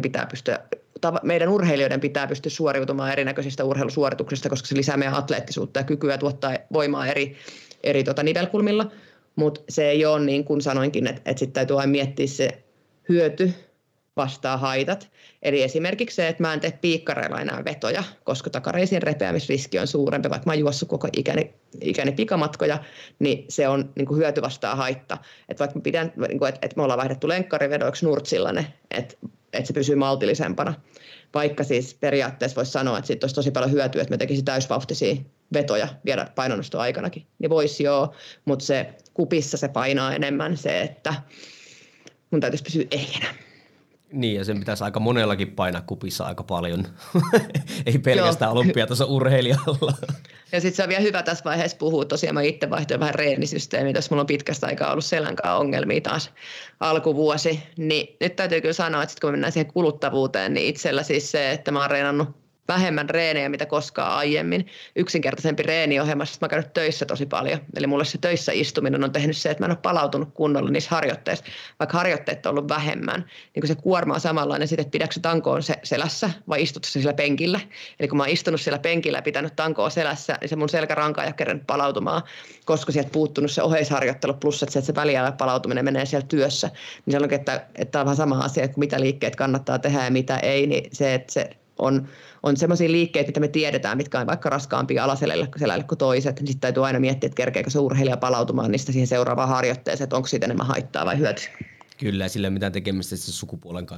meidän urheilijoiden pitää pystyä suoriutumaan erinäköisistä urheilusuorituksista, koska se lisää meidän atleettisuutta ja kykyä tuottaa voimaa eri nivelkulmilla. Mutta se ei ole niin kuin sanoinkin, että sitten täytyy aina miettiä se hyöty vastaa haitat. Eli esimerkiksi se, että mä en tee piikkareilla enää vetoja, koska takareisien repeämisriski on suurempi, vaikka mä oon juossut koko ikäni pikamatkoja, niin se on niin kuin hyöty vastaa haitta. Että vaikka että me ollaan vaihdettu lenkkarivedoiksi nurtsilla ne, että se pysyy maltillisempana. Vaikka siis periaatteessa voisi sanoa, että siitä olisi tosi paljon hyötyä, että me tekisi täysvauhtisia vetoja vielä painonnoston aikanakin. Niin voisi joo, mutta se kupissa se painaa enemmän se, että mun täytyisi pysyä ehjänä.
Niin, ja sen pitäisi aika monellakin painaa kupissa aika paljon. Ei pelkästään olympiatason urheilijalla.
Ja sitten se on vielä hyvä tässä vaiheessa puhua. Tosiaan mä itse vaihtoin vähän reenisysteemiä, jos mulla on pitkästä aikaa ollut selänkaan ongelmia taas alkuvuosi. Niin nyt täytyy kyllä sanoa, että sit kun me mennään siihen kuluttavuuteen, niin itsellä siis se, että mä oon reenannut vähemmän reenejä, mitä koskaan aiemmin. Yksinkertaisempi reeniohjelma, mä oon käynyt töissä tosi paljon. Eli mulle se töissä istuminen on tehnyt se, että mä en ole palautunut kunnolla niissä harjoitteissa. Vaikka harjoitteet on ollut vähemmän, niin kun se kuorma on samanlainen sitten, että pidätkö tankoon selässä vai istutko se siellä penkillä. Eli kun mä oon istunut siellä penkillä ja pitänyt tankoa selässä, niin se mun selkäranka ei ole kerännyt palautumaan, koska sieltä puuttunut se oheisharjoittelu plus, että se väliajan palautuminen menee siellä työssä. Niin se onkin, että on vähän sama asia, että mitä liikkeet kannattaa tehdä ja mitä ei, niin se, että se on semmoisia liikkeitä, mitä me tiedetään, mitkä on vaikka raskaampia alaselälle kuin toiset. Sitten täytyy aina miettiä, että kerkeekö se urheilija palautumaan niistä siihen seuraavaan harjoitteeseen, että onko siitä enemmän haittaa vai hyötyä.
Kyllä, ja sillä ei ole mitään tekemistä sukupuolen kanssa.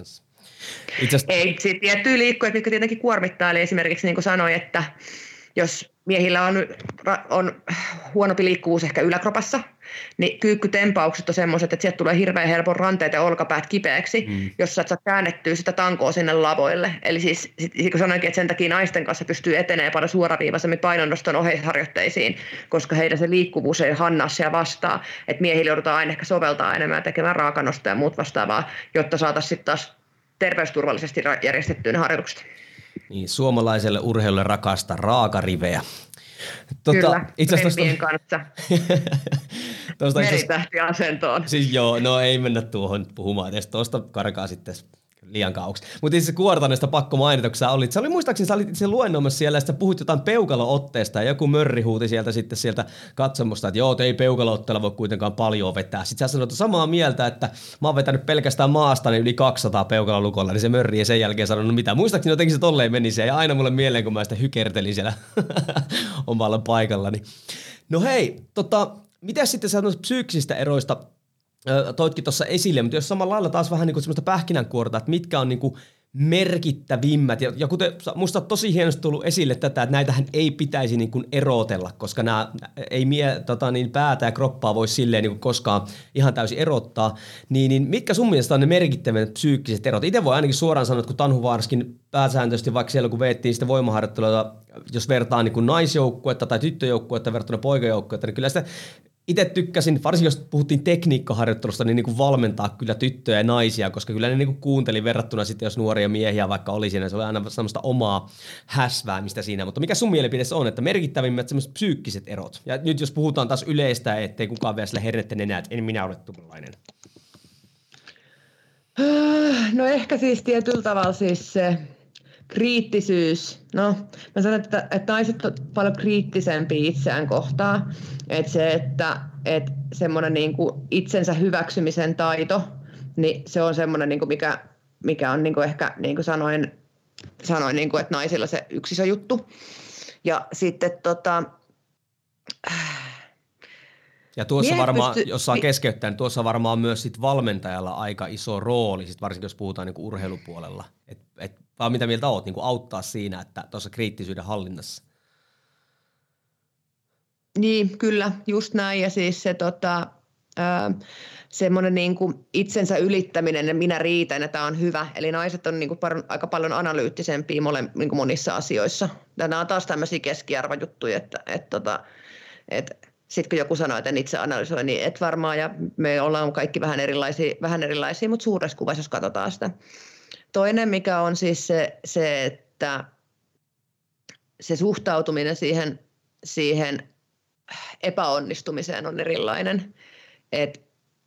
Ei, siitä tiettyjä liikkuja, mitkä tietenkin kuormittaa. Eli esimerkiksi niin kuin sanoin, että jos miehillä on huonompi liikkuvuus ehkä yläkropassa, niin kyykkytempaukset on semmoiset, että sieltä tulee hirveän helpon ranteet ja olkapäät kipeäksi, jos sä et saa käännettyä sitä tankoa sinne lavoille. Eli siis kun sanoinkin, että sen takia naisten kanssa pystyy etenemään paljon suoraviivaisemmin painonnoston oheisharjoitteisiin, koska heidän se liikkuvuus ei hannaa siellä vastaan. Että miehillä joudutaan aina ehkä soveltaa enemmän tekemään raakanostoa ja muut vastaavaa, jotta saataisiin sitten taas terveysturvallisesti järjestettyä ne harjoitukset.
Niin, suomalaiselle urheilulle rakasta raakarivejä.
Kyllä, rempien kanssa. Meritähtiasentoon.
Siis joo, no ei mennä tuohon puhumaan edes, tuosta karkaa sitten liian kauaksi. Mutta itse Kuortanesta pakko mainita, kun sä olit muistaakseni sä olit itse luennoimassa siellä, ja sä puhuit jotain peukalo-otteesta, ja joku mörri huuti sieltä katsomusta, että joo, ei peukalo-otteella voi kuitenkaan paljon vetää. Sitten sä sanoit samaa mieltä, että mä oon vetänyt pelkästään maasta niin yli 200 peukalolukolla, niin se mörri, ja sen jälkeen sanonut mitä. Muistaakseni jotenkin se tolleen meni se, ja aina mulle mieleen, kun mä sitä hykertelin siellä omalla paikallani. No hei, miten sitten sä psyykkisistä eroista toitkin tuossa esille, mutta jos samalla lailla taas vähän niin kuin semmoista pähkinänkuorta, että mitkä on niin kuin merkittävimmät, ja kuten musta on tosi hienosti tullut esille tätä, että näitähän ei pitäisi niin kuin erotella, koska nämä ei päätä ja kroppaa voi silleen niin kuin koskaan ihan täysin erottaa, niin mitkä sun mielestä on ne merkittävät psyykkiset erot? Itse voi ainakin suoraan sanoa, että kun Tanhu Vaarskin pääsääntöisesti, vaikka siellä kun veettiin sitä voimaharjoittelua, jos vertaa niin kuin naisjoukkuetta tai tyttöjoukkuetta verrattuna poikajoukkuetta, niin kyllä sitä itse tykkäsin, varsinkin jos puhuttiin tekniikkaharjoittelusta, niin kuin valmentaa kyllä tyttöjä ja naisia, koska kyllä ne niin kuin kuunteli verrattuna sitten, jos nuoria miehiä vaikka oli siinä, se oli aina semmoista omaa häsväämistä siinä. Mutta mikä sun mielipiteessä on, että merkittävimmät semmoiset psyykkiset erot? Ja nyt jos puhutaan taas yleistä, ettei kukaan vielä sille hernettä nenää, että en minä ole tuollainen.
No ehkä siis tietyllä tavalla siis se kriittisyys. No, mä sanon, että naiset on paljon kriittisempiä itseään kohtaan. Että se, että semmoinen niin kuin itsensä hyväksymisen taito, niin se on semmoinen, niin kuin mikä on niin kuin ehkä, niin kuin sanoin niin kuin, että naisilla se yksi iso juttu. Ja sitten
ja tuossa varmaan, jos saa keskeyttää, niin tuossa varmaan myös sit valmentajalla aika iso rooli, sit varsinkin jos puhutaan niinku urheilupuolella. Vaan mitä mieltä oot, niinku auttaa siinä, että tuossa kriittisyyden hallinnassa?
Niin, kyllä, just näin. Ja siis se semmoinen niinku itsensä ylittäminen, että minä riitän ja tämä on hyvä. Eli naiset on niinku aika paljon analyyttisempiä niinku monissa asioissa. Nämä on taas tämmöisiä keskiarvojuttuja, että sitten kun joku sanoo, että en itse analysoi, niin et varmaan, ja me ollaan kaikki vähän erilaisia, mutta suuressa kuvassa, jos katsotaan sitä. Toinen, mikä on siis se että se suhtautuminen siihen epäonnistumiseen on erilainen. Et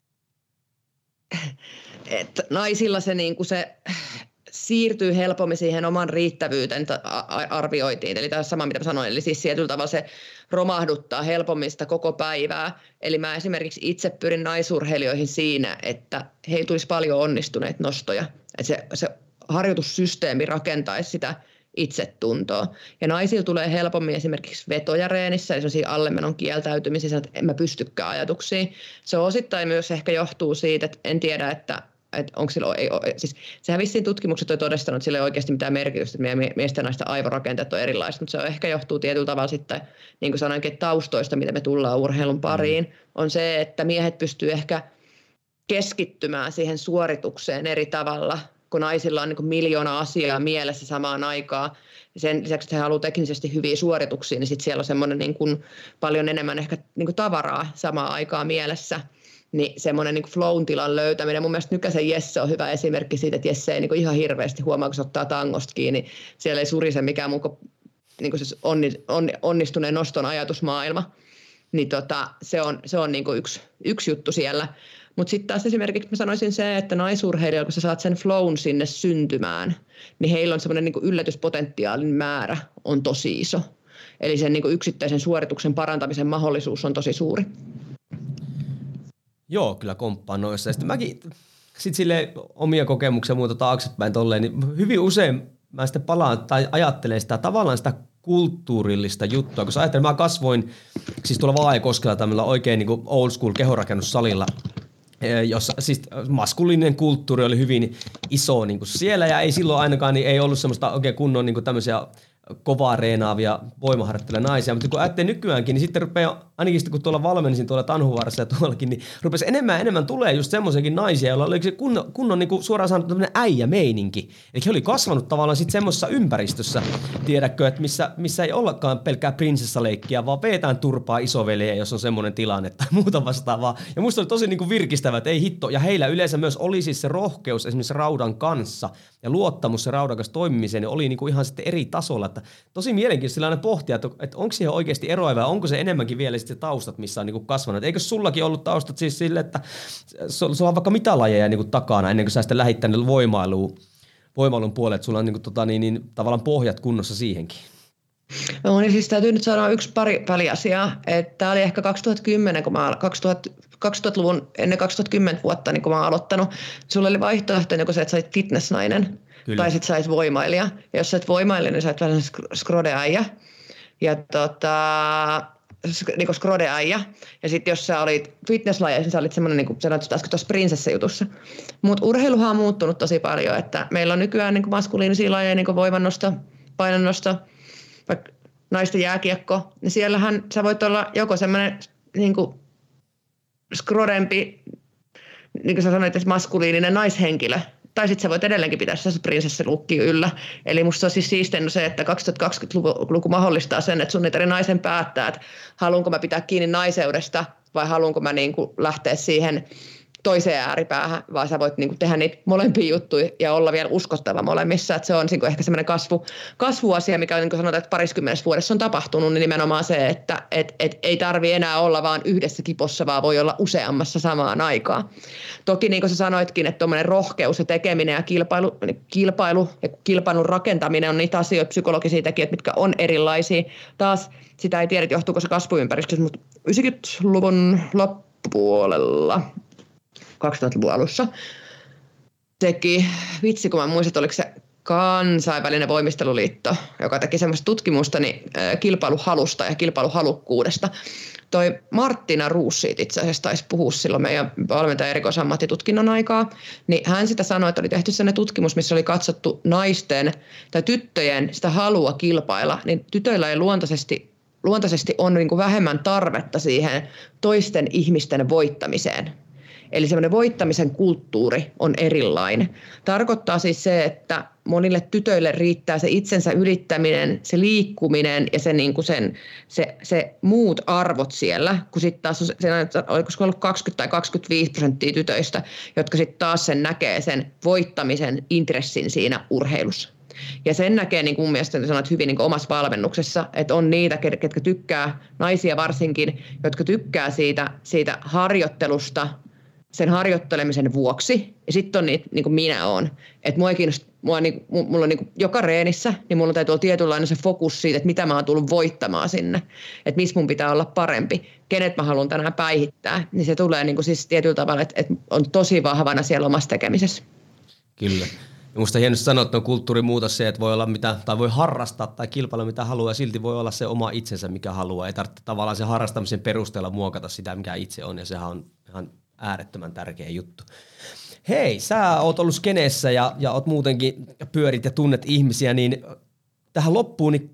naisilla se, niin kuin se siirtyy helpommin siihen oman riittävyyden arvioitiin. Eli tämä on sama, mitä sanoin. Eli siis tietyllä tavalla se romahduttaa helpommin sitä koko päivää. Eli mä esimerkiksi itse pyrin naisurheilijoihin siinä, että heillä tulisi paljon onnistuneita nostoja. Että se harjoitussysteemi rakentaisi sitä itsetuntoa. Ja naisilla tulee helpommin esimerkiksi vetoja reenissä, eli sellaisia allemenon kieltäytymisiä, että en mä pystykään ajatuksiin. Se osittain myös ehkä johtuu siitä, että en tiedä, että onko sillä, siis sehän vissiin tutkimukset on todistanut, että sillä ei oikeasti mitään merkitystä, että meidän miesten ja naisten aivorakenteet on erilaiset, mutta se ehkä johtuu tietyllä tavalla sitten, niin kuin sanoinkin, taustoista, mitä me tullaan urheilun pariin, on se, että miehet pystyy ehkä keskittymään siihen suoritukseen eri tavalla, kun naisilla on niin kuin miljoona asiaa mielessä samaan aikaan. Sen lisäksi, että he haluavat teknisesti hyviä suorituksia, niin sitten siellä on semmoinen niin kuin paljon enemmän ehkä niin kuin tavaraa samaan aikaan mielessä. Niin semmoinen niin flown tilan löytäminen. Mun mielestä Nykäsen Jesse on hyvä esimerkki siitä, että Jesse ei niin ihan hirveästi huomaa, kun se ottaa tangosta kiinni. Siellä ei surise mikään muu kuin se onnistuneen noston ajatusmaailma. Niin se on niin yksi juttu siellä. Mutta sitten taas esimerkiksi mä sanoisin se, että naisurheilijoilla, kun sä saat sen flown sinne syntymään, niin heillä on semmoinen niin yllätyspotentiaalin määrä on tosi iso. Eli sen niin yksittäisen suorituksen parantamisen mahdollisuus on tosi suuri.
Joo, kyllä komppaan noissa. Sitten mäkin silleen omia kokemuksia muuta taaksepäin tolleen, niin hyvin usein mä sitten palaan tai ajattelen sitä tavallaan sitä kulttuurillista juttua. Kun sä ajattelen, mä kasvoin siis tuolla Vaajakoskella tämmöllä oikein niin kuin old school kehorakennussalilla jossa siis maskuliininen kulttuuri oli hyvin iso niin kuin siellä ja ei silloin ainakaan niin ei ollut semmoista oikein kunnon niin kuin tämmöisiä kovaa reenaavia voimaharjoittelija naisia, mutta kun ajattelee nykyäänkin, niin sitten rupeaa, ainakin sitten kun tuolla valmensin tuolla Tanhuvaarassa ja tuollakin, niin rupesi enemmän tulee just semmoisiakin naisia, joilla oli se kunnon niin kuin suoraan sanottuna tämmöinen äijämeininki. Eli he oli kasvanut tavallaan sitten semmoisessa ympäristössä, tiedätkö, että missä ei ollakaan pelkkää prinsessaleikkiä, vaan vetään turpaa isoveliä, jos on semmoinen tilanne tai muuta vastaavaa. Ja musta oli tosi niin kuin virkistävä, että ei hitto. Ja heillä yleensä myös oli siis se rohkeus esimerkiksi raudan kanssa ja luottamus se raudan kanssa toimimiseen, niin oli niin kuin ihan sitten eri tasolla, että tosi mielenkiintoista aina pohtia, että onko siihen oikeasti eroa vai onko se enemmänkin vielä sitten se taustat, missä on niin kuin kasvanut. Eikö sullakin ollut taustat siis sille, että sulla on vaikka mitä lajeja niin kuin takana ennen kuin sä sitten lähdit tänne voimailun puolelle, että sulla on niin kuin, tavallaan pohjat kunnossa siihenkin?
No niin siis täytyy nyt sanoa yksi pari väliasiaa, että tämä oli ehkä 2010, kun mä 2000-luvun ennen 2010 vuotta, niin kun mä oon aloittanut. Sulla oli vaihtoehtoja joko se, että sä olit fitnessnainen. Kyllä. Tai sitten sä olit voimailija. Ja jos sä olet voimailija, niin sä olet vähän skrodeäijä. Ja niin skrodeäijä. Ja sitten jos sä olit fitnesslajeja, niin sä olit semmoinen, niin kuin sanoit äsken tuossa prinsessajutussa. Mutta urheiluhan on muuttunut tosi paljon, että meillä on nykyään niin kuin maskuliinisia lajeja, niin kuin voimannosto, painonnosto, vaikka naisten jääkiekko. Niin siellähän sä voit olla joko semmoinen niin kuin skrodempi, niin kuin sä sanoit, että maskuliininen naishenkilö. Tai sitten sä voit edelleenkin pitää se prinsessalukki yllä. Eli musta on siis siistinyt se, että 2020-luku mahdollistaa sen, että sun ei tarvitse naisen päättää, että haluanko mä pitää kiinni naiseudesta vai haluanko mä niin kuin lähteä siihen toiseen ääripäähän, vaan sä voit niin kuin tehdä niitä molempia juttuja ja olla vielä uskottava molemmissa. Että se on niin kuin ehkä semmoinen kasvuasia, mikä on, niin kuin sanotaan, että pariskymmenessä vuodessa on tapahtunut, niin nimenomaan se, että ei tarvitse enää olla vaan yhdessä kipossa, vaan voi olla useammassa samaan aikaan. Toki niin kuin sä sanoitkin, että tuommoinen rohkeus ja tekeminen ja kilpailu ja kilpailun rakentaminen on niitä asioita, psykologisia tekijät, mitkä on erilaisia. Taas sitä ei tiedä, johtuuko se kasvuympäristössä, mutta 90-luvun loppupuolella 2000-luvun alussa teki, vitsi kun mä muistan, oliko se kansainvälinen voimisteluliitto, joka teki semmoista tutkimusta niin kilpailuhalusta ja kilpailuhalukkuudesta. Toi Martina Ruusit itse asiassa taisi puhua silloin meidän valmentajan erikoisammattitutkinnon aikaa, niin hän sitä sanoi, että oli tehty sellainen tutkimus, missä oli katsottu naisten tai tyttöjen sitä halua kilpailla, niin tytöillä ei luontaisesti on niin kuin vähemmän tarvetta siihen toisten ihmisten voittamiseen. Eli semmoinen voittamisen kulttuuri on erilainen. Tarkoittaa siis se, että monille tytöille riittää se itsensä ylittäminen, se liikkuminen ja se, niin kuin se muut arvot siellä, kun sitten taas oliko se ollut 20 tai 25% tytöistä, jotka sitten taas sen näkee sen voittamisen intressin siinä urheilussa. Ja sen näkee niin mun mielestä sanoit hyvin niin omassa valmennuksessa, että on niitä, ketkä tykkää, naisia varsinkin, jotka tykkää siitä harjoittelusta, sen harjoittelemisen vuoksi. Ja sitten on niitä, niin kuin minä olen. Että mulla on niin kuin joka reenissä, niin mulla täytyy olla tietynlainen se fokus siitä, että mitä mä oon tullut voittamaan sinne. Että missä mun pitää olla parempi, kenet mä haluan tänään päihittää. Niin se tulee niin kuin siis tietyllä tavalla, että on tosi vahvana siellä omassa tekemisessä.
Kyllä. Ja musta hienosti sanoa, että on kulttuurimuutos se, että voi olla mitä, tai voi harrastaa tai kilpailla mitä haluaa ja silti voi olla se oma itsensä, mikä haluaa. Ei tarvitse tavallaan sen harrastamisen perusteella muokata sitä, mikä itse on ja sehän on ihan äärettömän tärkeä juttu. Hei, sä oot ollut skeneessä ja oot muutenkin pyörit ja tunnet ihmisiä, niin tähän loppuun, niin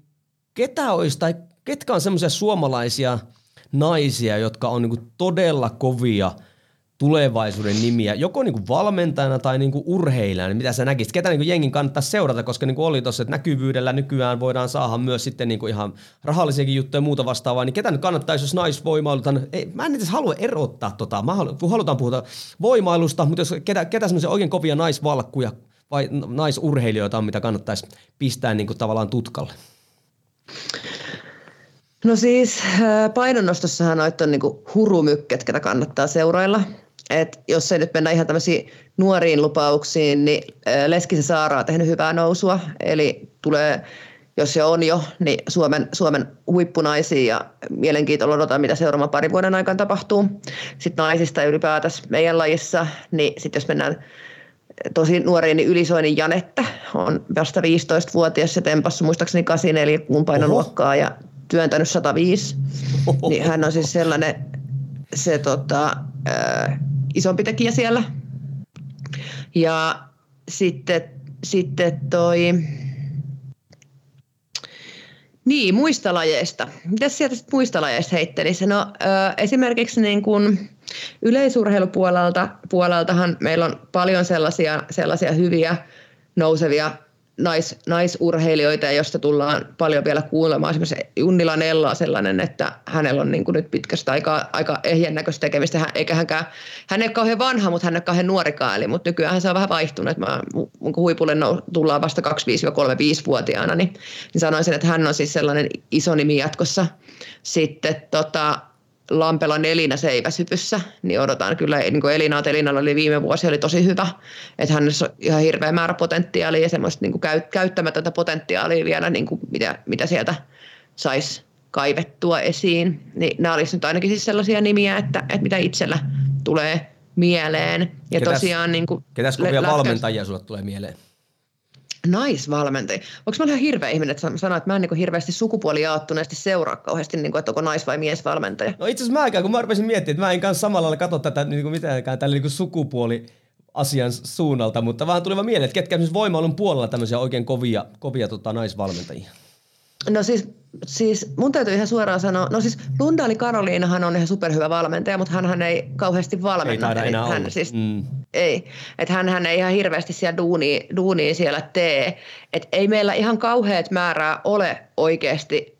ketkä on semmoisia suomalaisia naisia, jotka on niinku todella kovia tulevaisuuden nimiä, joko niinku valmentajana tai niinku urheilijana, niin mitä sä näkisit? Ketä niinku jengin kannattaa seurata, koska niinku oli tuossa, että näkyvyydellä nykyään voidaan saada myös sitten niinku ihan rahallisiakin juttuja ja muuta vastaavaa, niin ketä nyt kannattaisi, jos naisvoimailutan? Mä en edes halua erottaa kun halutaan puhuta voimailusta, mutta jos ketä semmoisia oikein kovia naisvalkkuja vai naisurheilijoita on, mitä kannattaisi pistää niinku tavallaan tutkalle?
No siis painonnostossahan noita on niinku hurumykket, ketä kannattaa seurailla. Et jos ei nyt mennä ihan tämmöisiin nuoriin lupauksiin, niin Leskisen Saara on tehnyt hyvää nousua. Eli tulee, jos se on jo, niin Suomen huippunaisia ja mielenkiintoista odotetaan, mitä seuraavan parin vuoden aikana tapahtuu. Sitten naisista ylipäätänsä meidän lajissa, niin sitten jos mennään tosi nuoriin, niin Ylisoinin Janetta on vasta 15-vuotias ja tempassa muistaakseni 84 kun painoluokkaa ja työntänyt 105, niin hän on siis sellainen isompi tekijä siellä. Ja sitten niin, muista lajeista. Mitäs sieltä sitten muista lajeista heittelisi? No esimerkiksi niin kuin yleisurheilupuoleltahan meillä on paljon sellaisia hyviä nousevia naisurheilijoita, joista tullaan paljon vielä kuulemaan. Esimerkiksi Junnila Nella on sellainen, että hänellä on niin kuin nyt pitkästä aikaa aika ehjän näköistä tekemistä. Hän ei ole kauhean vanha, mutta hän ei ole kauhean nuorikaan. Mutta nykyään se on vähän vaihtunut. Kun huipulle tullaan vasta 25-35-vuotiaana, niin sanoisin, että hän on siis sellainen iso nimi jatkossa. Sitten Lampelan Elina seiväshypyssä, niin odotan kyllä, niin kuin Elinalla oli viime vuosi oli tosi hyvä, että hänessä on ihan hirveä määrä potentiaalia ja semmoista niin kuin käyttämätöntä potentiaalia vielä, niin kuin mitä sieltä saisi kaivettua esiin. Niin nämä olisivat nyt ainakin siis sellaisia nimiä, että mitä itsellä tulee mieleen. Ja tosiaan niin kuin
ketäs kovia valmentajia sulle tulee mieleen?
Naisvalmentaja. Onko mä ihan hirveä ihminen, että sanoa, että mä en niin hirveästi sukupuolijaottuneesti seuraa kauheasti, niin kuin, että onko nais- vai miesvalmentaja?
No itse asiassa mäkään, kun mä rupesin miettimään, että mä en kanssa samalla lailla katso tätä niin mitenkään tällä niin sukupuoliasian suunnalta, mutta vaan tuli vaan mieleen, että ketkä esimerkiksi voimailun puolella tämmöisiä oikein kovia naisvalmentajia. No
siis mun täytyy ihan suoraan sanoa, no siis Lundaali Karoliinahan on ihan superhyvä valmentaja, mutta hänhän ei kauheasti valmenna.
Ei taida enää olla.
Ei, että hänhän ei ihan hirveästi siellä duunia siellä tee. Että ei meillä ihan kauheat määrää ole oikeasti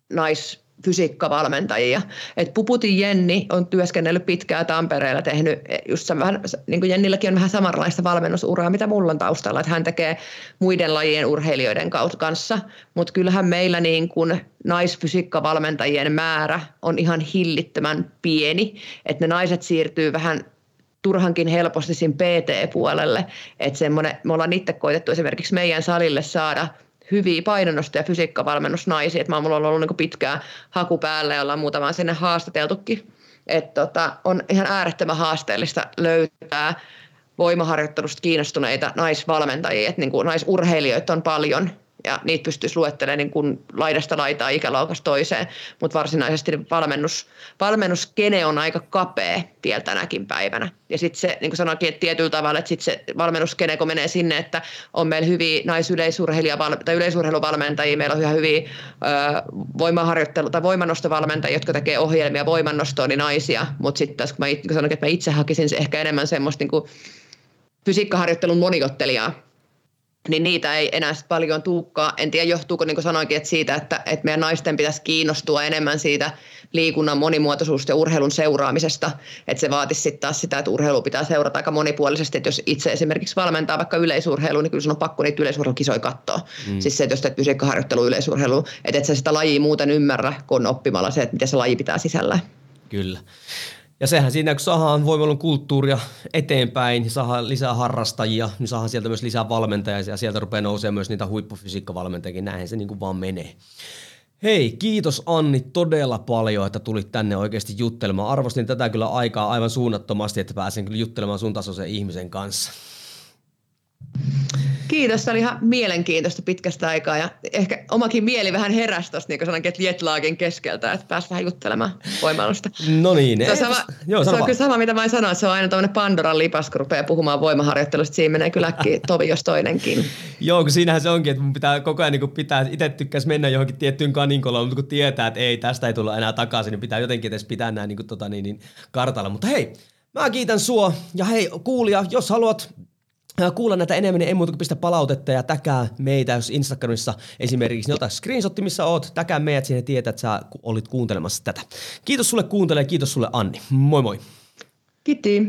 naisfysiikkavalmentajia. Et Puputin Jenni on työskennellyt pitkään Tampereella, tehnyt just vähän, niin kuin Jennilläkin on vähän samanlaista valmennusuraa, mitä mulla on taustalla, että hän tekee muiden lajien urheilijoiden kanssa, mutta kyllähän meillä niin kuin naisfysiikkavalmentajien määrä on ihan hillittömän pieni, että ne naiset siirtyy vähän turhankin helposti siinä PT-puolelle, että me ollaan itse koitettu esimerkiksi meidän salille saada hyviä painonnosto- ja fysiikkavalmennusnaisia. Että mulla on ollut niin pitkää haku päällä ja ollaan muutamaan sinne haastateltukin. Että on ihan äärettömän haasteellista löytää voimaharjoittelusta kiinnostuneita naisvalmentajia. Että niin kuin naisurheilijoita on paljon ja niitä pystyisi luettelemaan niin kuin laidasta laitaa ikäluokasta toiseen. Mutta varsinaisesti valmennuskene on aika kapea vielä tänäkin päivänä. Ja sitten se, niin kuin sanoinkin, että tietyllä tavalla, että sitten se valmennuskene, kun menee sinne, että on meillä hyviä yleisurheiluvalmentajia, meillä on ihan hyviä voimaharjoittelu- tai voimannostovalmentajia, jotka tekee ohjelmia voimannostoon, niin naisia. Mutta sitten taas, kun sanoin, että mä itse hakisin se ehkä enemmän semmoista niin kuin fysiikkaharjoittelun moniottelijaa, niin niitä ei enää paljon tulekaan. En tiedä, johtuuko, niin kuin sanoinkin, että siitä, että meidän naisten pitäisi kiinnostua enemmän siitä liikunnan monimuotoisuudesta ja urheilun seuraamisesta. Että se vaatisi sitten taas sitä, että urheilu pitää seurata aika monipuolisesti. Että jos itse esimerkiksi valmentaa vaikka yleisurheilua, niin kyllä sun on pakko niitä yleisurheilukisoja katsoa. Siis se, että jos teet fysiikkaharjoittelu yleisurheilu, että et sä sitä lajia muuten ymmärrä, kun on oppimalla se, että miten se laji pitää sisällä.
Kyllä. Ja sehän siinä, kun saadaan voimailun kulttuuria eteenpäin ja saadaan lisää harrastajia, niin saadaan sieltä myös lisää valmentajia ja sieltä rupeaa nousemaan myös niitä huippufysiikkavalmentajia. Näinhän se niin kuin vaan menee. Hei, kiitos Anni todella paljon, että tulit tänne oikeasti juttelemaan. Arvostin tätä kyllä aikaa aivan suunnattomasti, että pääsen kyllä juttelemaan sun tasoisen ihmisen kanssa.
Kiitos, tämä oli ihan mielenkiintoista pitkästä aikaa ja ehkä omakin mieli vähän heräsi tuosta, niin kuin sanoinkin, että jetlagin keskeltä, että pääsi vähän juttelemaan voimailusta.
No niin.
Se on kyllä sama, mitä mä sanoin, että se on aina tämmöinen Pandoran lipas, kun rupeaa puhumaan voimaharjoittelusta, siinä menee kyllä äkkiä tovi jos toinenkin.
Joo, kun siinähän se onkin, että mun pitää koko ajan niin pitää, itse tykkäisi mennä johonkin tiettyyn kaninkoloon, mutta kun tietää, että ei, tästä ei tulla enää takaisin, niin pitää jotenkin edes pitää nämä niin kartalla. Mutta hei, mä kiitän sua ja hei kuulija, jos haluat kuulla näitä enemmän, niin ei muuta kuin pistä palautetta ja täkää meitä, jos Instagramissa esimerkiksi, niin ota screenshotti, missä oot, täkää meidät sinne tietää, että sä olit kuuntelemassa tätä. Kiitos sulle kuuntele ja kiitos sulle Anni. Moi moi.
Kiitos.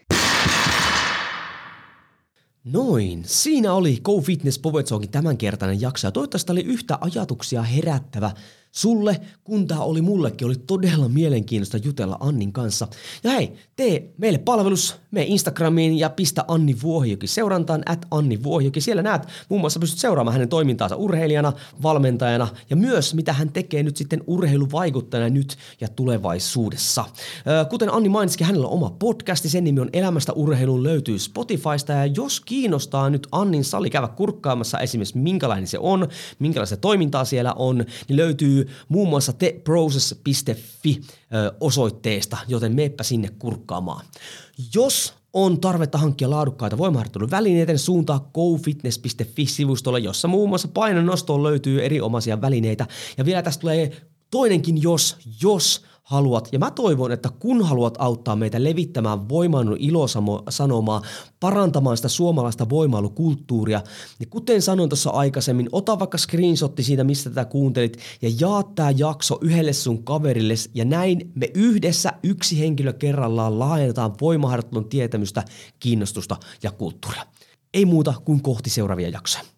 Noin, siinä oli Go Fitness Povetsokin tämänkertainen jakso ja toivottavasti oli yhtä ajatuksia herättävä sulle, kun tää oli mullekin. Oli todella mielenkiintoista jutella Annin kanssa. Ja hei, tee meille palvelus, mene Instagramiin ja pistä Anni Vuohijoki seurantaan @AnniVuohijoki. Siellä näet, muun muassa pystyt seuraamaan hänen toimintaansa urheilijana, valmentajana ja myös mitä hän tekee nyt sitten urheiluvaikuttajana nyt ja tulevaisuudessa. Kuten Anni mainitsikin, hänellä on oma podcasti, sen nimi on Elämästä urheiluun, löytyy Spotifysta ja jos kiinnostaa nyt Annin sali käydä kurkkaamassa esimerkiksi minkälainen se on, minkälaista toimintaa siellä on, niin löytyy löytyy muun muassa theprocess.fi osoitteesta, joten meepä sinne kurkkaamaan. Jos on tarvetta hankkia laadukkaita voimaharjoitteluvälineitä, niin suuntaa gofitness.fi-sivustolle, jossa muun muassa painonnostoon löytyy erinomaisia välineitä. Ja vielä tästä tulee toinenkin jos haluat, ja mä toivon, että kun haluat auttaa meitä levittämään voimailun ilosanomaa, parantamaan sitä suomalaista voimailukulttuuria, niin kuten sanoin tuossa aikaisemmin, ota vaikka screenshotti siitä, mistä tätä kuuntelit, ja jaa tää jakso yhdelle sun kaverille, ja näin me yhdessä yksi henkilö kerrallaan laajennetaan voimaharjoittelun tietämystä, kiinnostusta ja kulttuuria. Ei muuta kuin kohti seuraavia jaksoja.